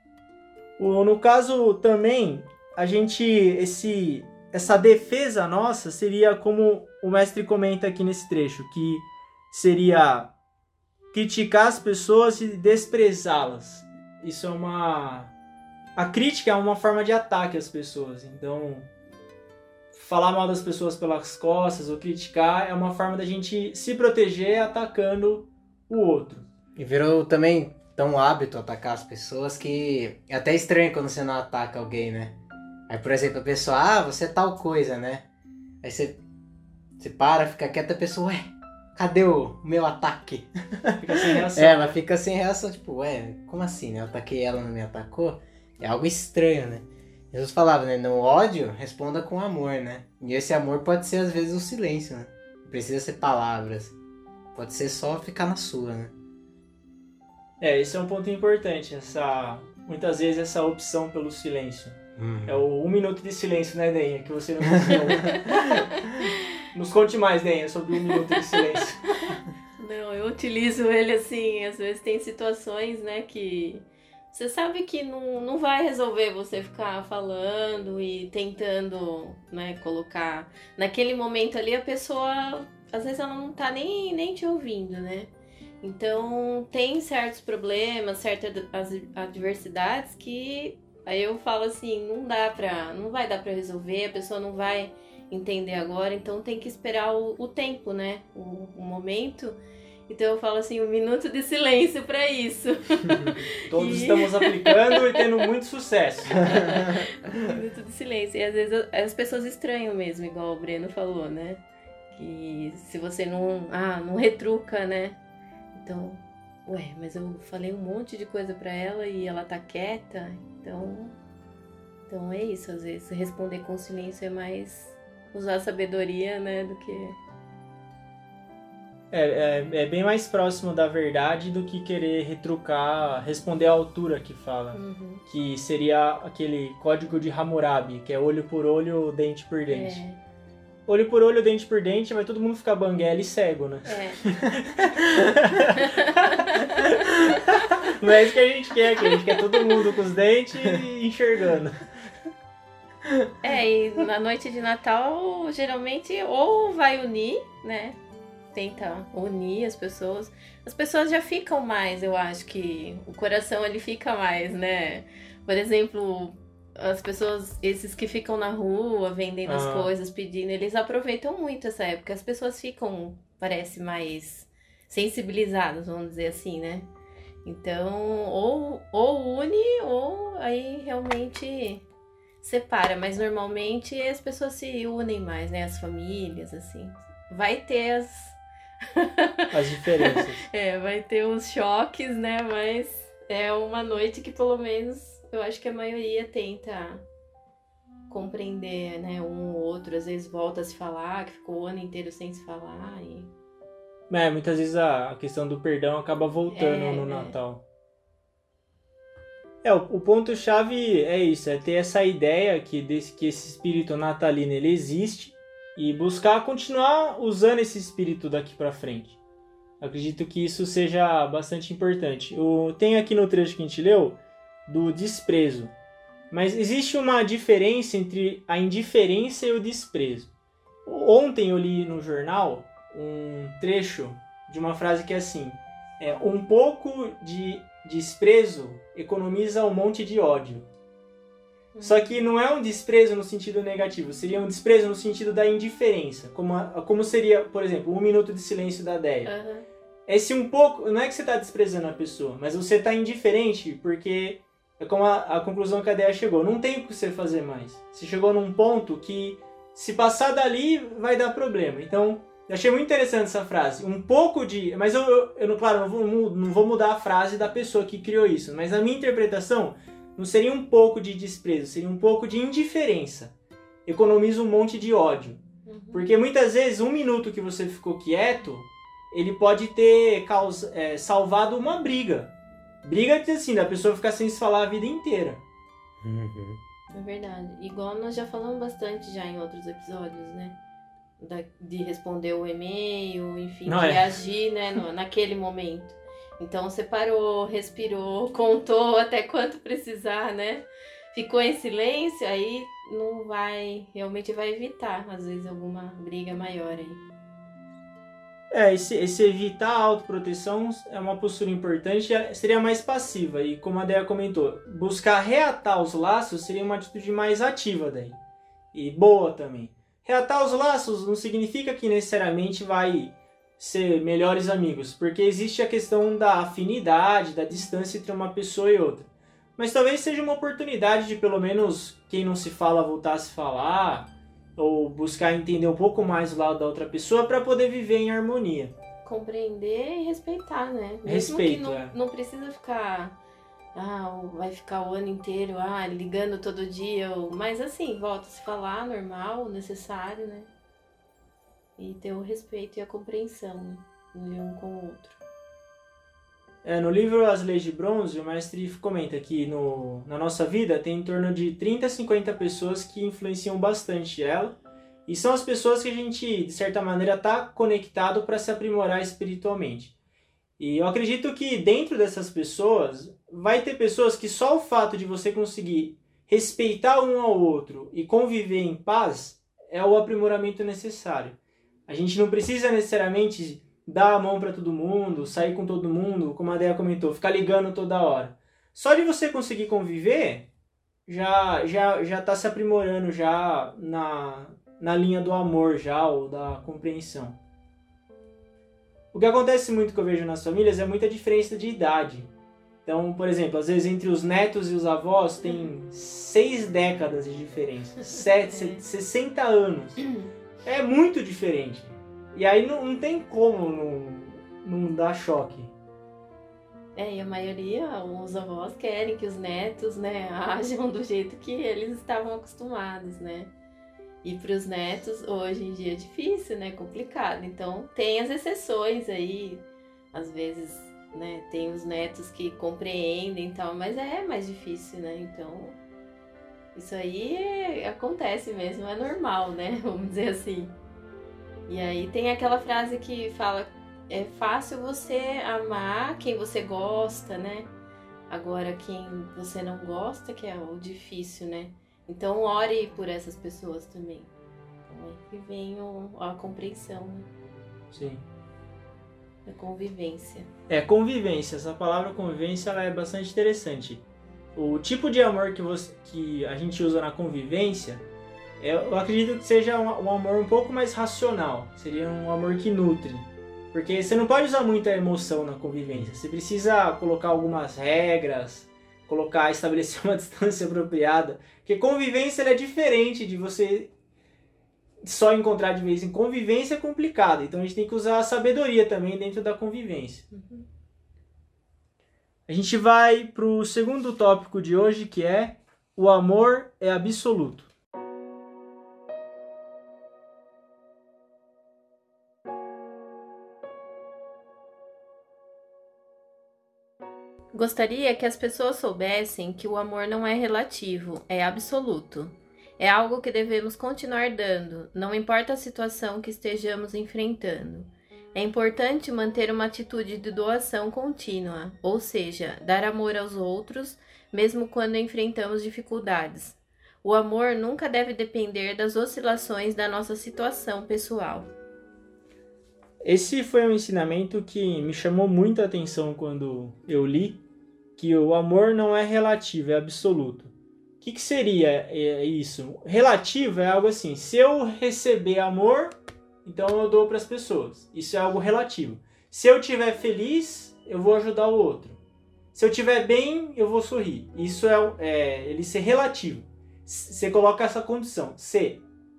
O, no caso também, a gente, esse, essa defesa nossa seria como o mestre comenta aqui nesse trecho, que seria criticar as pessoas e desprezá-las. Isso é uma... A crítica é uma forma de ataque às pessoas. Então, falar mal das pessoas pelas costas ou criticar é uma forma da gente se proteger atacando o outro. E virou também tão hábito atacar as pessoas que é até estranho quando você não ataca alguém, né? Aí, por exemplo, a pessoa, ah, você é tal coisa, né? Aí você, você para, fica quieta, a pessoa, ué, cadê o meu ataque? Fica sem reação. É, ela fica sem reação, tipo, ué, como assim, né? Eu ataquei ela, não me atacou? É algo estranho, né? Jesus falava, né? No ódio, responda com amor, né? E esse amor pode ser, às vezes, o silêncio, né? Não precisa ser palavras. Pode ser só ficar na sua, né? É, esse é um ponto importante. Essa, muitas vezes, essa opção pelo silêncio. Uhum. É o um minuto de silêncio, né, Denha? Que você não ensinou. Nos conte mais, Denha, sobre o um minuto de silêncio. Não, eu utilizo ele assim, às vezes tem situações, né, que... Você sabe que não, não vai resolver você ficar falando e tentando, né, colocar... Naquele momento ali, a pessoa, às vezes ela não tá nem, nem te ouvindo, né? Então, tem certos problemas, certas adversidades que... Aí eu falo assim, não dá pra... Não vai dar pra resolver, a pessoa não vai entender agora, então tem que esperar o, o tempo, né? O, o momento... Então eu falo assim, um minuto de silêncio para isso. Todos e... estamos aplicando e tendo muito sucesso. Um minuto de silêncio. E às vezes as pessoas estranham mesmo, igual o Breno falou, né? Que se você não, ah, não retruca, né? Então, ué, mas eu falei um monte de coisa para ela e ela tá quieta. Então, então é isso, às vezes responder com silêncio é mais usar a sabedoria, né, do que... É, é, é bem mais próximo da verdade do que querer retrucar, responder à altura que fala. Uhum. Que seria aquele código de Hammurabi, que é olho por olho, dente por dente. É. Olho por olho, dente por dente, vai todo mundo ficar banguela e cego, né? É. Não é isso que a gente quer, que a gente quer todo mundo com os dentes enxergando. É, e na noite de Natal, geralmente, ou vai unir, né? Tenta unir as pessoas. As pessoas já ficam mais, eu acho que o coração ele fica mais, né? Por exemplo, as pessoas, esses que ficam na rua vendendo ah. as coisas, pedindo, eles aproveitam muito essa época. As pessoas ficam, parece, mais sensibilizadas, vamos dizer assim, né? Então, ou, ou une, ou aí realmente separa. Mas normalmente as pessoas se unem mais, né? As famílias, assim. Vai ter as... as diferenças. É, vai ter uns choques, né? Mas é uma noite que pelo menos eu acho que a maioria tenta compreender, né? Um ou outro, às vezes volta a se falar, que ficou o ano inteiro sem se falar. E... É, muitas vezes a questão do perdão acaba voltando é, no é. Natal. É, o, o ponto-chave é isso, é ter essa ideia que, desse, que esse espírito natalino ele existe. E buscar continuar usando esse espírito daqui para frente. Acredito que isso seja bastante importante. O, tem aqui no trecho que a gente leu, do desprezo. Mas existe uma diferença entre a indiferença e o desprezo. Ontem eu li no jornal um trecho de uma frase que é assim: é, um pouco de desprezo economiza um monte de ódio. Só que não é um desprezo no sentido negativo, seria um desprezo no sentido da indiferença. Como, a, como seria, por exemplo, um minuto de silêncio da Deia. Uhum. Esse um pouco, não é que você está desprezando a pessoa, mas você está indiferente porque é como a, a conclusão que a Deia chegou. Não tem o que você fazer mais. Você chegou num ponto que se passar dali vai dar problema. Então, eu achei muito interessante essa frase. Um pouco de... Mas eu, eu, eu não, claro, não vou, não vou mudar a frase da pessoa que criou isso. Mas a minha interpretação não seria um pouco de desprezo, seria um pouco de indiferença. Economiza um monte de ódio. Uhum. Porque muitas vezes, um minuto que você ficou quieto, ele pode ter causa, é, salvado uma briga. Briga, assim, da pessoa ficar sem se falar a vida inteira. Uhum. É verdade. Igual nós já falamos bastante já em outros episódios, né? Da, de responder o e-mail, enfim, Não de é. agir, né, no, naquele momento. Então você parou, respirou, contou até quanto precisar, né? Ficou em silêncio, aí não vai, realmente vai evitar, às vezes, alguma briga maior aí. É, esse, esse evitar a autoproteção é uma postura importante, seria mais passiva. E como a Deia comentou, buscar reatar os laços seria uma atitude mais ativa daí. E boa também. Reatar os laços não significa que necessariamente vai ser melhores amigos, porque existe a questão da afinidade, da distância entre uma pessoa e outra. Mas talvez seja uma oportunidade de pelo menos quem não se fala voltar a se falar, ou buscar entender um pouco mais o lado da outra pessoa para poder viver em harmonia. Compreender e respeitar, né? Mesmo Respeito, que não, é. não precisa ficar... Ah, vai ficar o ano inteiro, ah, ligando todo dia. Mas assim, volta a se falar, normal, necessário, né? E ter o respeito e a compreensão de um com o outro. É, no livro As Leis de Bronze, o mestre comenta que no, na nossa vida tem em torno de trinta a cinquenta pessoas que influenciam bastante ela. E são as pessoas que a gente, de certa maneira, está conectado para se aprimorar espiritualmente. E eu acredito que dentro dessas pessoas, vai ter pessoas que só o fato de você conseguir respeitar um ao outro e conviver em paz é o aprimoramento necessário. A gente não precisa necessariamente dar a mão para todo mundo, sair com todo mundo, como a Deia comentou, ficar ligando toda hora. Só de você conseguir conviver, já já já está se aprimorando já na, na linha do amor já, ou da compreensão. O que acontece muito que eu vejo nas famílias é muita diferença de idade. Então, por exemplo, às vezes entre os netos e os avós tem seis décadas de diferença, sete, sessenta anos. É muito diferente. E aí não, não tem como não, não dar choque. É, e a maioria, os avós querem que os netos, né, ajam do jeito que eles estavam acostumados, né? E para os netos, hoje em dia é difícil, né? Complicado. Então, tem as exceções aí. Às vezes, né? Tem os netos que compreendem e tal, mas é mais difícil, né? Então, isso aí é, acontece mesmo, é normal, né? Vamos dizer assim. E aí tem aquela frase que fala, é fácil você amar quem você gosta, né? Agora, quem você não gosta, que é o difícil, né? Então, ore por essas pessoas também. Então, é que vem o, a compreensão, né? Sim. A convivência. É, convivência. Essa palavra convivência ela é bastante interessante. O tipo de amor que, você, que a gente usa na convivência, eu acredito que seja um, um amor um pouco mais racional. Seria um amor que nutre. Porque você não pode usar muita emoção na convivência. Você precisa colocar algumas regras, colocar, estabelecer uma distância apropriada. Porque convivência ela é diferente de você só encontrar de vez em quando. Convivência é complicado. Então a gente tem que usar a sabedoria também dentro da convivência. Uhum. A gente vai para o segundo tópico de hoje, que é o amor é absoluto. Gostaria que as pessoas soubessem que o amor não é relativo, é absoluto. É algo que devemos continuar dando, não importa a situação que estejamos enfrentando. É importante manter uma atitude de doação contínua, ou seja, dar amor aos outros, mesmo quando enfrentamos dificuldades. O amor nunca deve depender das oscilações da nossa situação pessoal. Esse foi um ensinamento que me chamou muito a atenção quando eu li, que o amor não é relativo, é absoluto. O que, que seria isso? Relativo é algo assim, se eu receber amor, então eu dou para as pessoas. Isso é algo relativo. Se eu estiver feliz, eu vou ajudar o outro. Se eu estiver bem, eu vou sorrir. Isso é, é ele ser relativo. Você coloca essa condição, ser.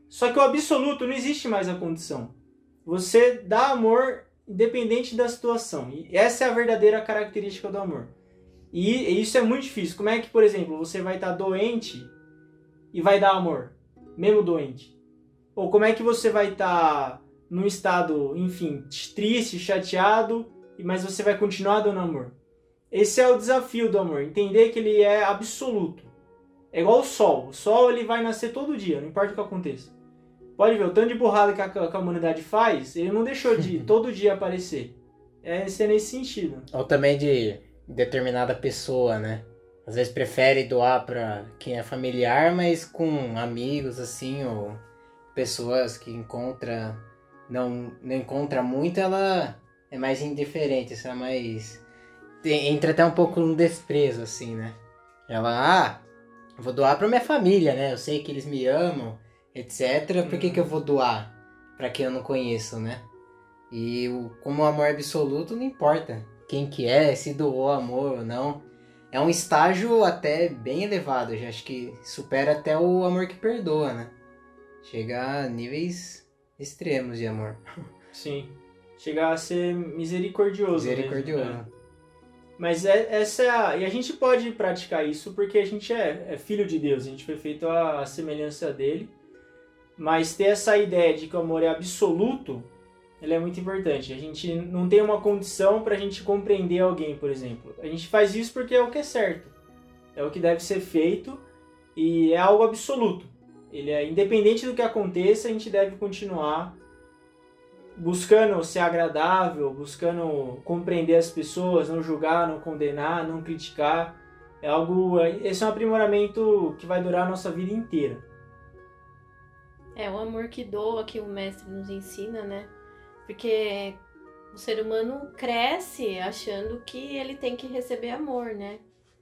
Só que o absoluto não existe mais a condição. Você dá amor independente da situação. E essa é a verdadeira característica do amor. E isso é muito difícil. Como é que, por exemplo, você vai estar doente e vai dar amor, mesmo doente? Ou como é que você vai estar num estado, enfim, triste, chateado, mas você vai continuar dando amor? Esse é o desafio do amor, entender que ele é absoluto. É igual o sol. O sol ele vai nascer todo dia, não importa o que aconteça. Pode ver, o tanto de burrada que a, que a humanidade faz, ele não deixou de todo dia aparecer. É, é nesse sentido. Ou também de determinada pessoa, né? Às vezes prefere doar pra quem é familiar, mas com amigos, assim, ou pessoas que encontra, não, não encontra muito, ela é mais indiferente, é mais... Entra até um pouco no desprezo, assim, né? Ela, ah, vou doar pra minha família, né? Eu sei que eles me amam, etcétera. Por que que eu vou doar pra quem eu não conheço, né? E o, como o amor é absoluto, não importa quem que é, se doou amor ou não. É um estágio até bem elevado, já acho que supera até o amor que perdoa, né? Chega a níveis extremos de amor. Sim. Chegar a ser misericordioso. Misericordioso. Mesmo, né? Mas é, essa é a... E a gente pode praticar isso porque a gente é, é filho de Deus, a gente foi feito à semelhança dele. Mas ter essa ideia de que o amor é absoluto, ele é muito importante. A gente não tem uma condição para a gente compreender alguém, por exemplo. A gente faz isso porque é o que é certo. É o que deve ser feito e é algo absoluto. Ele é independente do que aconteça, a gente deve continuar buscando ser agradável, buscando compreender as pessoas, não julgar, não condenar, não criticar. É algo, esse é um aprimoramento que vai durar a nossa vida inteira. É o amor que doa que o mestre nos ensina, né? Porque o ser humano cresce achando que ele tem que receber amor, né?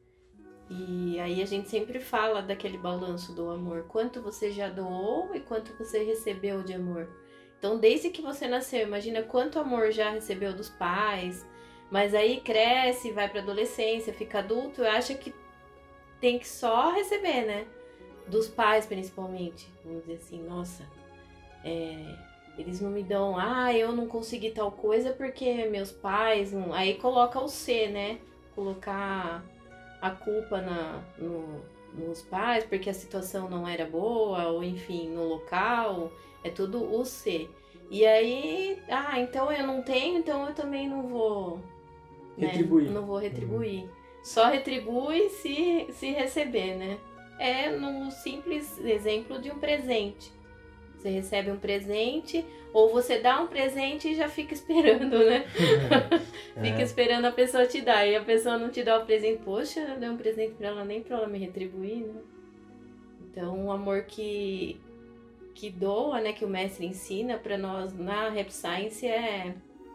E aí a gente sempre fala daquele balanço do amor. Quanto você já doou e quanto você recebeu de amor. Então, desde que você nasceu, imagina quanto amor já recebeu dos pais. Mas aí cresce, vai pra adolescência, fica adulto e acha que tem que só receber, né? Dos pais, principalmente. Vamos dizer assim, nossa, é, eles não me dão... Ah, eu não consegui tal coisa porque meus pais... Não... Aí coloca o C, né? Colocar a culpa na, no, nos pais porque a situação não era boa, ou enfim, no local... É tudo o C. E aí, ah, então eu não tenho, então eu também não vou... Retribuir. Né? Não vou retribuir. Uhum. Só retribui se, se receber, né? É no simples exemplo de um presente. Você recebe um presente, ou você dá um presente e já fica esperando, né? É. Fica esperando a pessoa te dar. E a pessoa não te dá o presente. Poxa, eu dei um presente pra ela, nem pra ela me retribuir, né? Então, o amor que... que doa, né, que o mestre ensina para nós na Rap Science é...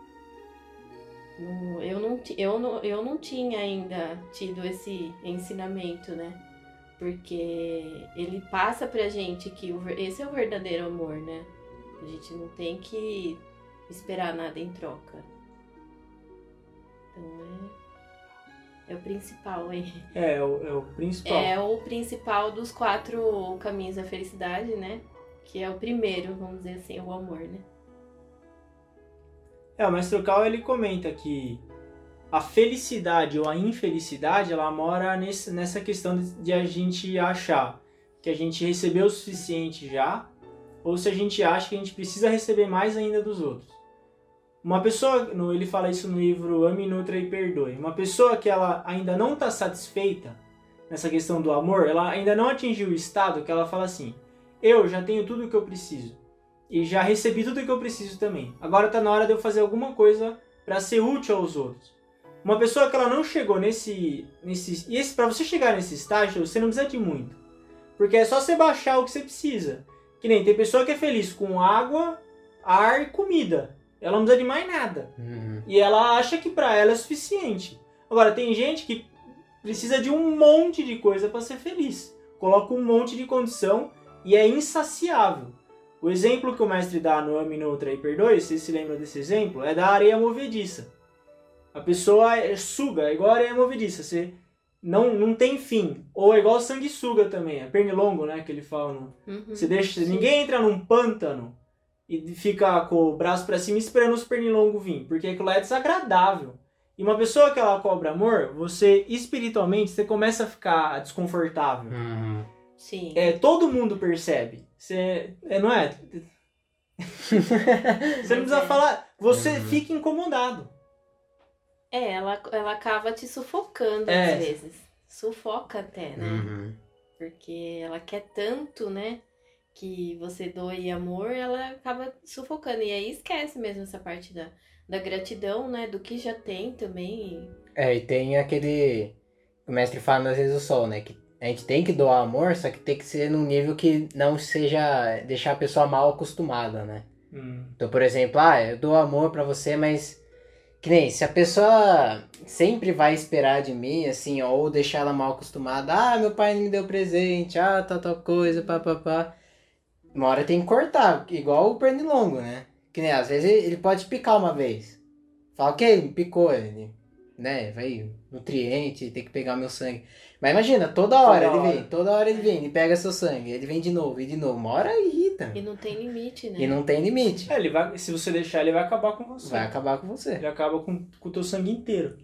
Eu não, eu, não, eu não tinha ainda tido esse ensinamento, né? Porque ele passa pra gente que o, esse é o verdadeiro amor, né? A gente não tem que esperar nada em troca. Então é... É o principal aí. É, é o, é o principal. É o principal dos quatro caminhos da felicidade, né? Que é o primeiro, vamos dizer assim, o amor, né? É, o Mestre Cal, ele comenta que a felicidade ou a infelicidade, ela mora nesse, nessa questão de, de a gente achar que a gente recebeu o suficiente já, ou se a gente acha que a gente precisa receber mais ainda dos outros. Uma pessoa, no, ele fala isso no livro Ame, Nutra e Perdoe, uma pessoa que ela ainda não está satisfeita nessa questão do amor, ela ainda não atingiu o estado que ela fala assim: eu já tenho tudo o que eu preciso. E já recebi tudo o que eu preciso também. Agora está na hora de eu fazer alguma coisa para ser útil aos outros. Uma pessoa que ela não chegou nesse... nesse e esse, para você chegar nesse estágio, você não precisa de muito. Porque é só você baixar o que você precisa. Que nem tem pessoa que é feliz com água, ar e comida. Ela não precisa de mais nada. Uhum. E ela acha que para ela é suficiente. Agora, tem gente que precisa de um monte de coisa para ser feliz. Coloca um monte de condição... E é insaciável. O exemplo que o mestre dá no Ame, Nutra e Perdoe, vocês se lembram desse exemplo, é da areia movediça. A pessoa suga, é igual a areia movediça. Você não, não tem fim. Ou é igual sanguessuga também, é pernilongo, né, que ele fala. No... Uhum. Você deixa, Sim. ninguém entra num pântano e fica com o braço pra cima esperando os pernilongos vir, porque aquilo lá é desagradável. E uma pessoa que ela cobra amor, você espiritualmente você começa a ficar desconfortável. Uhum. Sim. É, todo mundo percebe. Você, é, não é? Você não precisa falar, você Uhum. fica incomodado. É, ela, ela acaba te sufocando É. às vezes. Sufoca até, né? Uhum. Porque ela quer tanto, né? Que você doe amor, ela acaba sufocando. E aí esquece mesmo essa parte da, da gratidão, né? Do que já tem também. É, e tem aquele... O mestre fala às vezes o sol, né? Que a gente tem que doar amor, só que tem que ser num nível que não seja... Deixar a pessoa mal acostumada, né? Hum. Então, por exemplo, ah, eu dou amor pra você, mas... Que nem, se a pessoa sempre vai esperar de mim, assim, ó, ou deixar ela mal acostumada, ah, meu pai não me deu presente, ah, tal, tal coisa, pá, pá, pá. Uma hora tem que cortar, igual o pernilongo, né? Que nem, às vezes ele pode picar uma vez. Fala, ok, me picou, ele, né, vai, nutriente, tem que pegar meu sangue. Mas imagina, toda hora Toda ele hora. vem, toda hora ele vem, ele pega seu sangue, ele vem de novo, e de novo, uma hora irrita. E não tem limite, né? E não tem limite. É, ele vai, se você deixar, ele vai acabar com você. Vai acabar com você. Ele acaba com, com o teu sangue inteiro.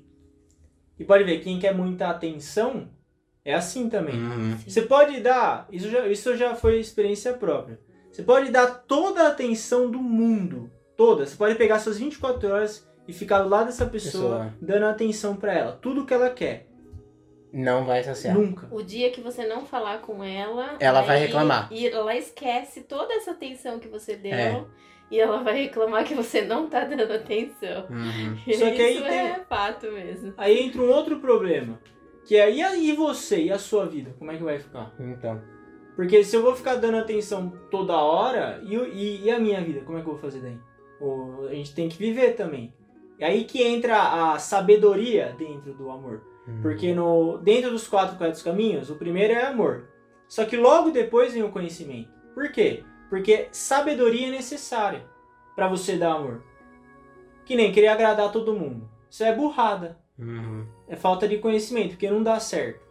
E pode ver, quem quer muita atenção é assim também. Uhum. Você pode dar, isso já, isso já foi experiência própria. Você pode dar toda a atenção do mundo, toda. Você pode pegar suas vinte e quatro horas e ficar do lado dessa pessoa, Pessoa. dando atenção pra ela, tudo que ela quer. Não vai saciar. Nunca. O dia que você não falar com ela... Ela aí- vai reclamar. E ela esquece toda essa atenção que você deu. É. E ela vai reclamar que você não tá dando atenção. Uhum. Só que aí Isso tem- é fato mesmo. Aí entra um outro problema, que é e, a- e você, e a sua vida, como é que vai ficar? Então. Porque se eu vou ficar dando atenção toda hora, e, o- e, e a minha vida, como é que eu vou fazer daí? O- a gente tem que viver também. É aí que entra a sabedoria dentro do amor. Porque no, dentro dos quatro corretos caminhos, o primeiro é amor. Só que logo depois vem o conhecimento. Por quê? Porque sabedoria é necessária para você dar amor. Que nem querer agradar todo mundo. Isso é burrada. Uhum. É falta de conhecimento, porque não dá certo.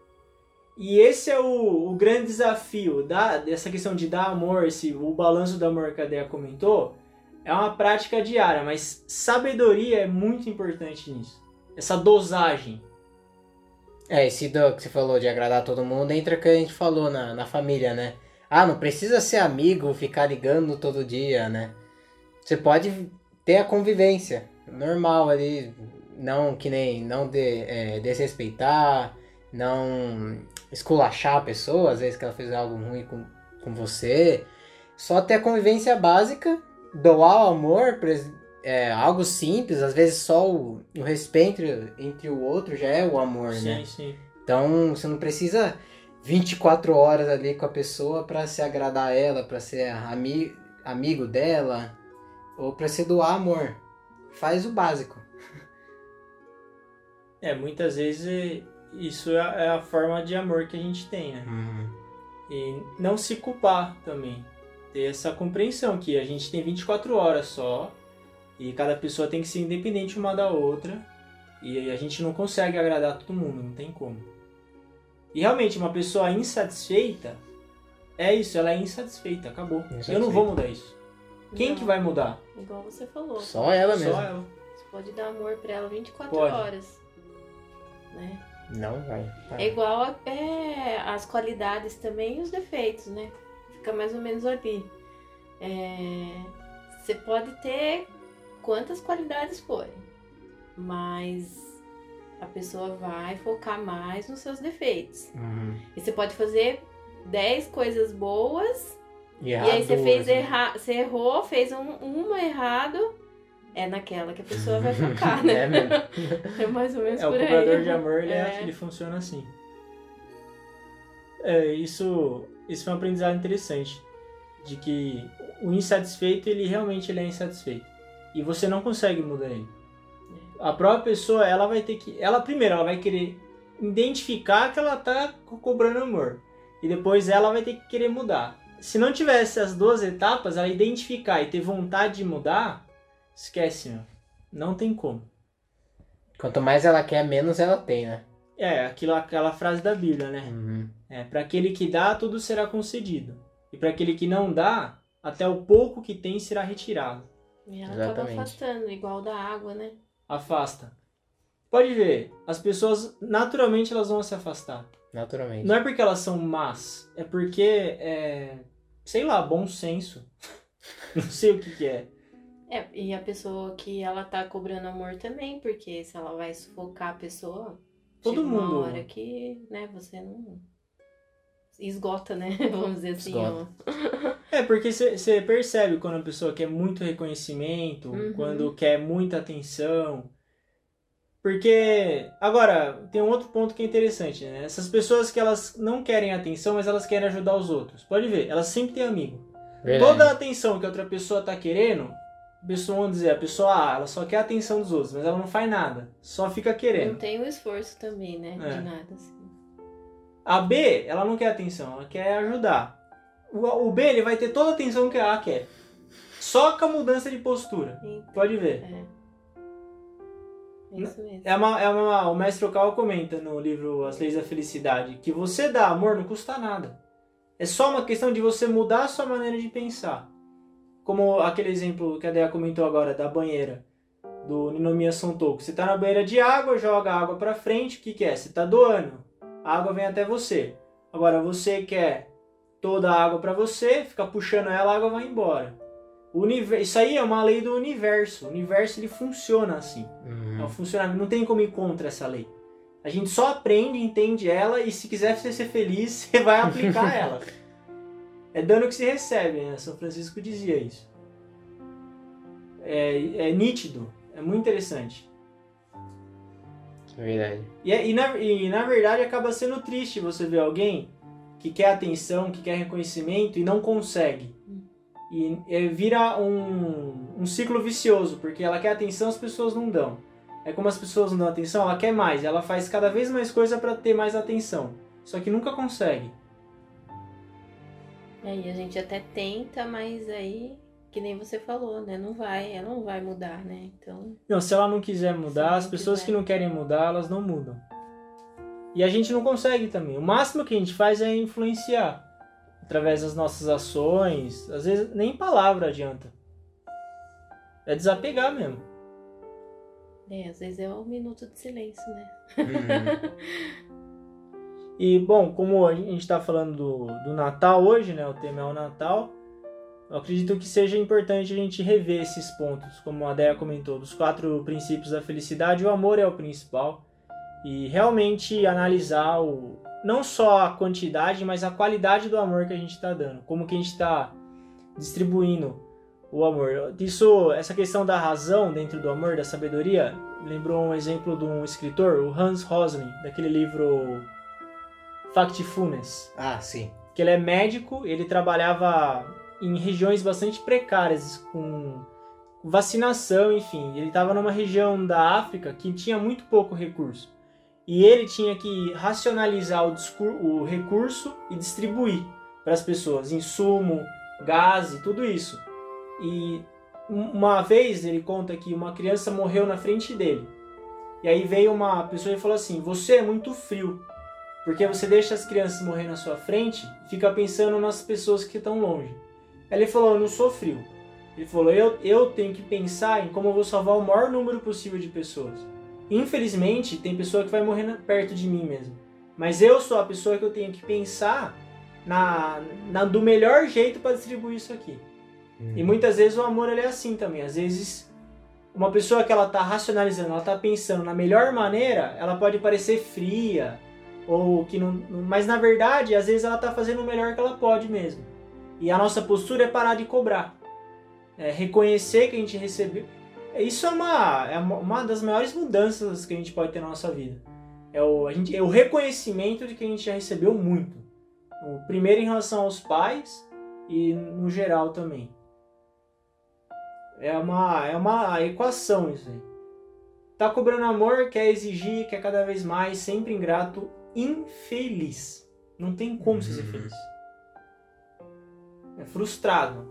E esse é o, o grande desafio da, dessa questão de dar amor, esse, o balanço do amor que a Dea comentou, é uma prática diária, mas sabedoria é muito importante nisso. Essa dosagem. É, esse do que você falou de agradar todo mundo entra o que a gente falou na, na família, né? Ah, não precisa ser amigo, ficar ligando todo dia, né? Você pode ter a convivência normal ali, não que nem não de, é, desrespeitar, não esculachar a pessoa, às vezes que ela fez algo ruim com, com você. Só ter a convivência básica, doar o amor, pres- é, algo simples, às vezes só o, o respeito entre, entre o outro já é o amor, né? Sim, sim. Então você não precisa vinte e quatro horas ali com a pessoa pra se agradar a ela, pra ser ami- amigo dela, ou pra se doar amor. Faz o básico. É, muitas vezes é- isso é a- é a forma de amor que a gente tem, né? E não se culpar também. Ter essa compreensão que a gente tem vinte e quatro horas só e cada pessoa tem que ser independente uma da outra e a gente não consegue agradar todo mundo, não tem como. E realmente, uma pessoa insatisfeita é isso, ela é insatisfeita, acabou. Eu não Insatisfeita. vou mudar isso. Quem Não, que vai mudar? Igual você falou. Só ela mesmo. Só ela. Você pode dar amor pra ela vinte e quatro Pode. horas. Né? Não vai. vai. É igual a, é, as qualidades também e os defeitos, né? Fica mais ou menos ali. É, você pode ter quantas qualidades forem, mas a pessoa vai focar mais nos seus defeitos. Uhum. E você pode fazer dez coisas boas E, e aí você duas, fez né? erra, você errou, fez um, uma errado, é naquela que a pessoa vai focar, né? É mesmo. É mais ou menos É, o por aí. cobrador de amor, ele, é- É. ele funciona assim. É, isso, isso foi um aprendizado interessante. De que o insatisfeito, ele realmente ele é insatisfeito. E você não consegue mudar ele. A própria pessoa, ela vai ter que... Ela, primeiro, ela vai querer identificar que ela tá co- cobrando amor. E depois ela vai ter que querer mudar. Se não tivesse as duas etapas, ela identificar e ter vontade de mudar, esquece, meu. Não tem como. Quanto mais ela quer, menos ela tem, né? É, aquilo, aquela frase da Bíblia, né? Uhum. É, para aquele que dá, tudo será concedido. E para aquele que não dá, até o pouco que tem será retirado. E ela acaba Exatamente. afastando, igual da água, né? Afasta. Pode ver, as pessoas, naturalmente, elas vão se afastar. Naturalmente. Não é porque elas são más, é porque, é, sei lá, bom senso. Não sei o que que é. É, e a pessoa que ela tá cobrando amor também, porque se ela vai sufocar a pessoa, Todo chega uma mundo. hora que, né, você não esgota, né? Vamos dizer assim, Esgota. ó. É, porque você percebe quando a pessoa quer muito reconhecimento, Uhum. quando quer muita atenção. Porque, agora, tem um outro ponto que é interessante, né? Essas pessoas que elas não querem atenção, mas elas querem ajudar os outros. Pode ver, elas sempre têm amigo. Verdade. Toda a atenção que a outra pessoa tá querendo, a pessoa, vamos dizer, a pessoa, ah, ela só quer a atenção dos outros, mas ela não faz nada. Só fica querendo. Não tem o esforço também, né? É. De nada, assim. A B, ela não quer atenção, ela quer ajudar. O, o B, ele vai ter toda a atenção que a A quer. Só com a mudança de postura. Então, Pode ver. é. É isso mesmo. É uma, é uma, o mestre Okawa comenta no livro As Leis da Felicidade que você dar amor não custa nada. É só uma questão de você mudar a sua maneira de pensar. Como aquele exemplo que a Dea comentou agora da banheira do Ninomiya Sontoku. Você tá na banheira de água, joga a água pra frente, o que que é? Você tá doando. A água vem até você. Agora você quer toda a água pra você, fica puxando ela, a água vai embora. O universo, isso aí é uma lei do universo. O universo ele funciona assim. Uhum. É um funcionamento, não tem como ir contra essa lei. A gente só aprende, entende ela e se quiser você ser feliz, você vai aplicar ela. É dano que se recebe, né? São Francisco dizia isso. É, é nítido, é muito interessante. É verdade. E, é- e, na, e na verdade acaba sendo triste você ver alguém que quer atenção, que quer reconhecimento e não consegue. E é, vira um, um ciclo vicioso, porque ela quer atenção, as pessoas não dão. É como as pessoas não dão atenção, ela quer mais, ela faz cada vez mais coisa para ter mais atenção. Só que nunca consegue. Aí a gente até tenta, mas aí, que nem você falou, né? Não vai, ela não vai mudar, né? Então, Não, se ela não quiser mudar, Se as não pessoas quiser. que não querem mudar, elas não mudam. E a gente não consegue também. O máximo que a gente faz é influenciar. Através das nossas ações. Às vezes nem palavra adianta. É desapegar mesmo. é, às vezes é um minuto de silêncio, né? Uhum. E, bom, como a gente está falando do, do Natal hoje, né? O tema é o Natal. Eu acredito que seja importante a gente rever esses pontos. Como a Dea comentou, dos quatro princípios da felicidade, o amor é o principal. E realmente analisar o, não só a quantidade, mas a qualidade do amor que a gente está dando. Como que a gente está distribuindo o amor. Isso, essa questão da razão dentro do amor, da sabedoria, lembrou um exemplo de um escritor, o Hans Rosling, daquele livro Factfulness, Ah, sim. que ele é médico, ele trabalhava em regiões bastante precárias, com vacinação, enfim. Ele estava numa região da África que tinha muito pouco recurso. E ele tinha que racionalizar o, discur- o recurso e distribuir para as pessoas, insumo, gás e tudo isso. E uma vez ele conta que uma criança morreu na frente dele. E aí veio uma pessoa e falou assim: você é muito frio, porque você deixa as crianças morrer na sua frente e fica pensando nas pessoas que estão longe. Aí ele falou: eu não sou frio. Ele falou: eu, eu tenho que pensar em como eu vou salvar o maior número possível de pessoas. Infelizmente, tem pessoa que vai morrer na- perto de mim mesmo. Mas eu sou a pessoa que eu tenho que pensar na, na- do melhor jeito para distribuir isso aqui. E muitas vezes o amor ele é assim também. Às vezes, uma pessoa que ela tá racionalizando, ela tá pensando na melhor maneira, ela pode parecer fria, ou que não, não- mas na verdade, às vezes ela tá fazendo o melhor que ela pode mesmo. E a nossa postura é parar de cobrar. É reconhecer que a gente recebeu. Isso é uma, é uma uma das maiores mudanças que a gente pode ter na nossa vida. É o, a gente, é o reconhecimento de que a gente já recebeu muito. O primeiro em relação aos pais e no geral também. É uma, é uma equação isso aí. Tá cobrando amor, quer exigir, quer cada vez mais, sempre ingrato, infeliz. Não tem como você ser feliz. É frustrado.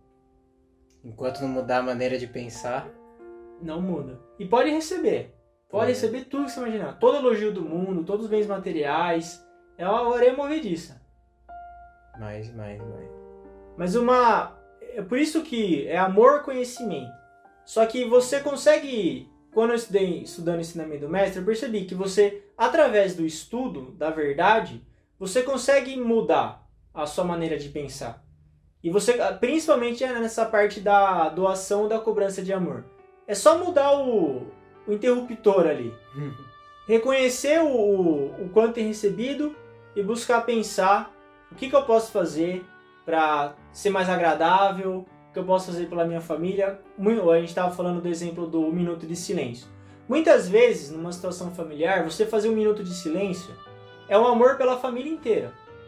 Enquanto não mudar a maneira de pensar, Não muda. E pode receber. Pode É. receber tudo que você imaginar. Todo elogio do mundo, todos os bens materiais. É uma areia movediça. Mais, mais, mais. Mas uma... É por isso que é amor, conhecimento. Só que você consegue... Quando eu estudei estudando ensinamento do mestre, eu percebi que você, através do estudo da verdade, você consegue mudar a sua maneira de pensar. E você, principalmente nessa parte da doação, da cobrança de amor. É só mudar o, o interruptor ali. Reconhecer o, o quanto tem recebido e buscar pensar o que, que eu posso fazer para ser mais agradável, o que eu posso fazer pela minha família. A gente estava falando do exemplo do minuto de silêncio. Muitas vezes, numa situação familiar, você fazer um minuto de silêncio é um amor pela família inteira.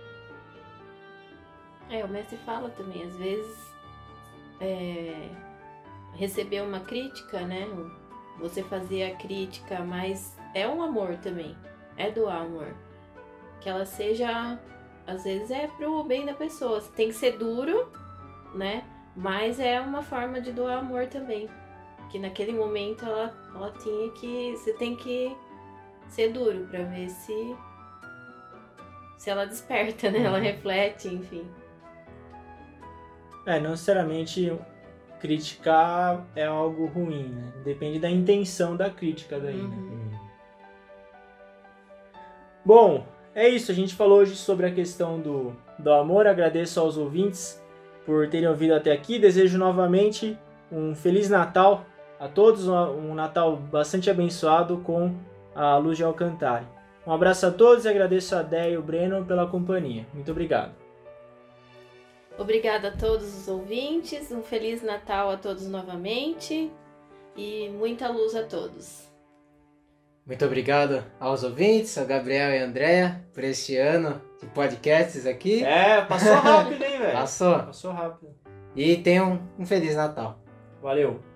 É, o mestre fala também, às vezes, é, receber uma crítica, né? Você fazer a crítica, mas é um amor também, é doar amor. Que ela seja, às vezes é pro bem da pessoa, tem que ser duro, né? Mas é uma forma de doar amor também. Que naquele momento ela, ela tinha que, você tem que ser duro pra ver se, se ela desperta, né? Ela reflete, enfim. É, não necessariamente criticar é algo ruim, né? Depende da intenção da crítica daí, né? Uhum. Bom, é isso. A gente falou hoje sobre a questão do, do amor. Agradeço aos ouvintes por terem ouvido até aqui. Desejo novamente um Feliz Natal a todos, um Natal bastante abençoado com a luz de Alcantara. Um abraço a todos e agradeço a Déia e o Breno pela companhia. Muito obrigado. Obrigada a todos os ouvintes, um Feliz Natal a todos novamente e muita luz a todos. Muito obrigado aos ouvintes, ao Gabriel e a Andréia, por este ano de podcasts aqui. É, passou rápido, hein, velho? Passou. Passou rápido. E tenham um Feliz Natal. Valeu.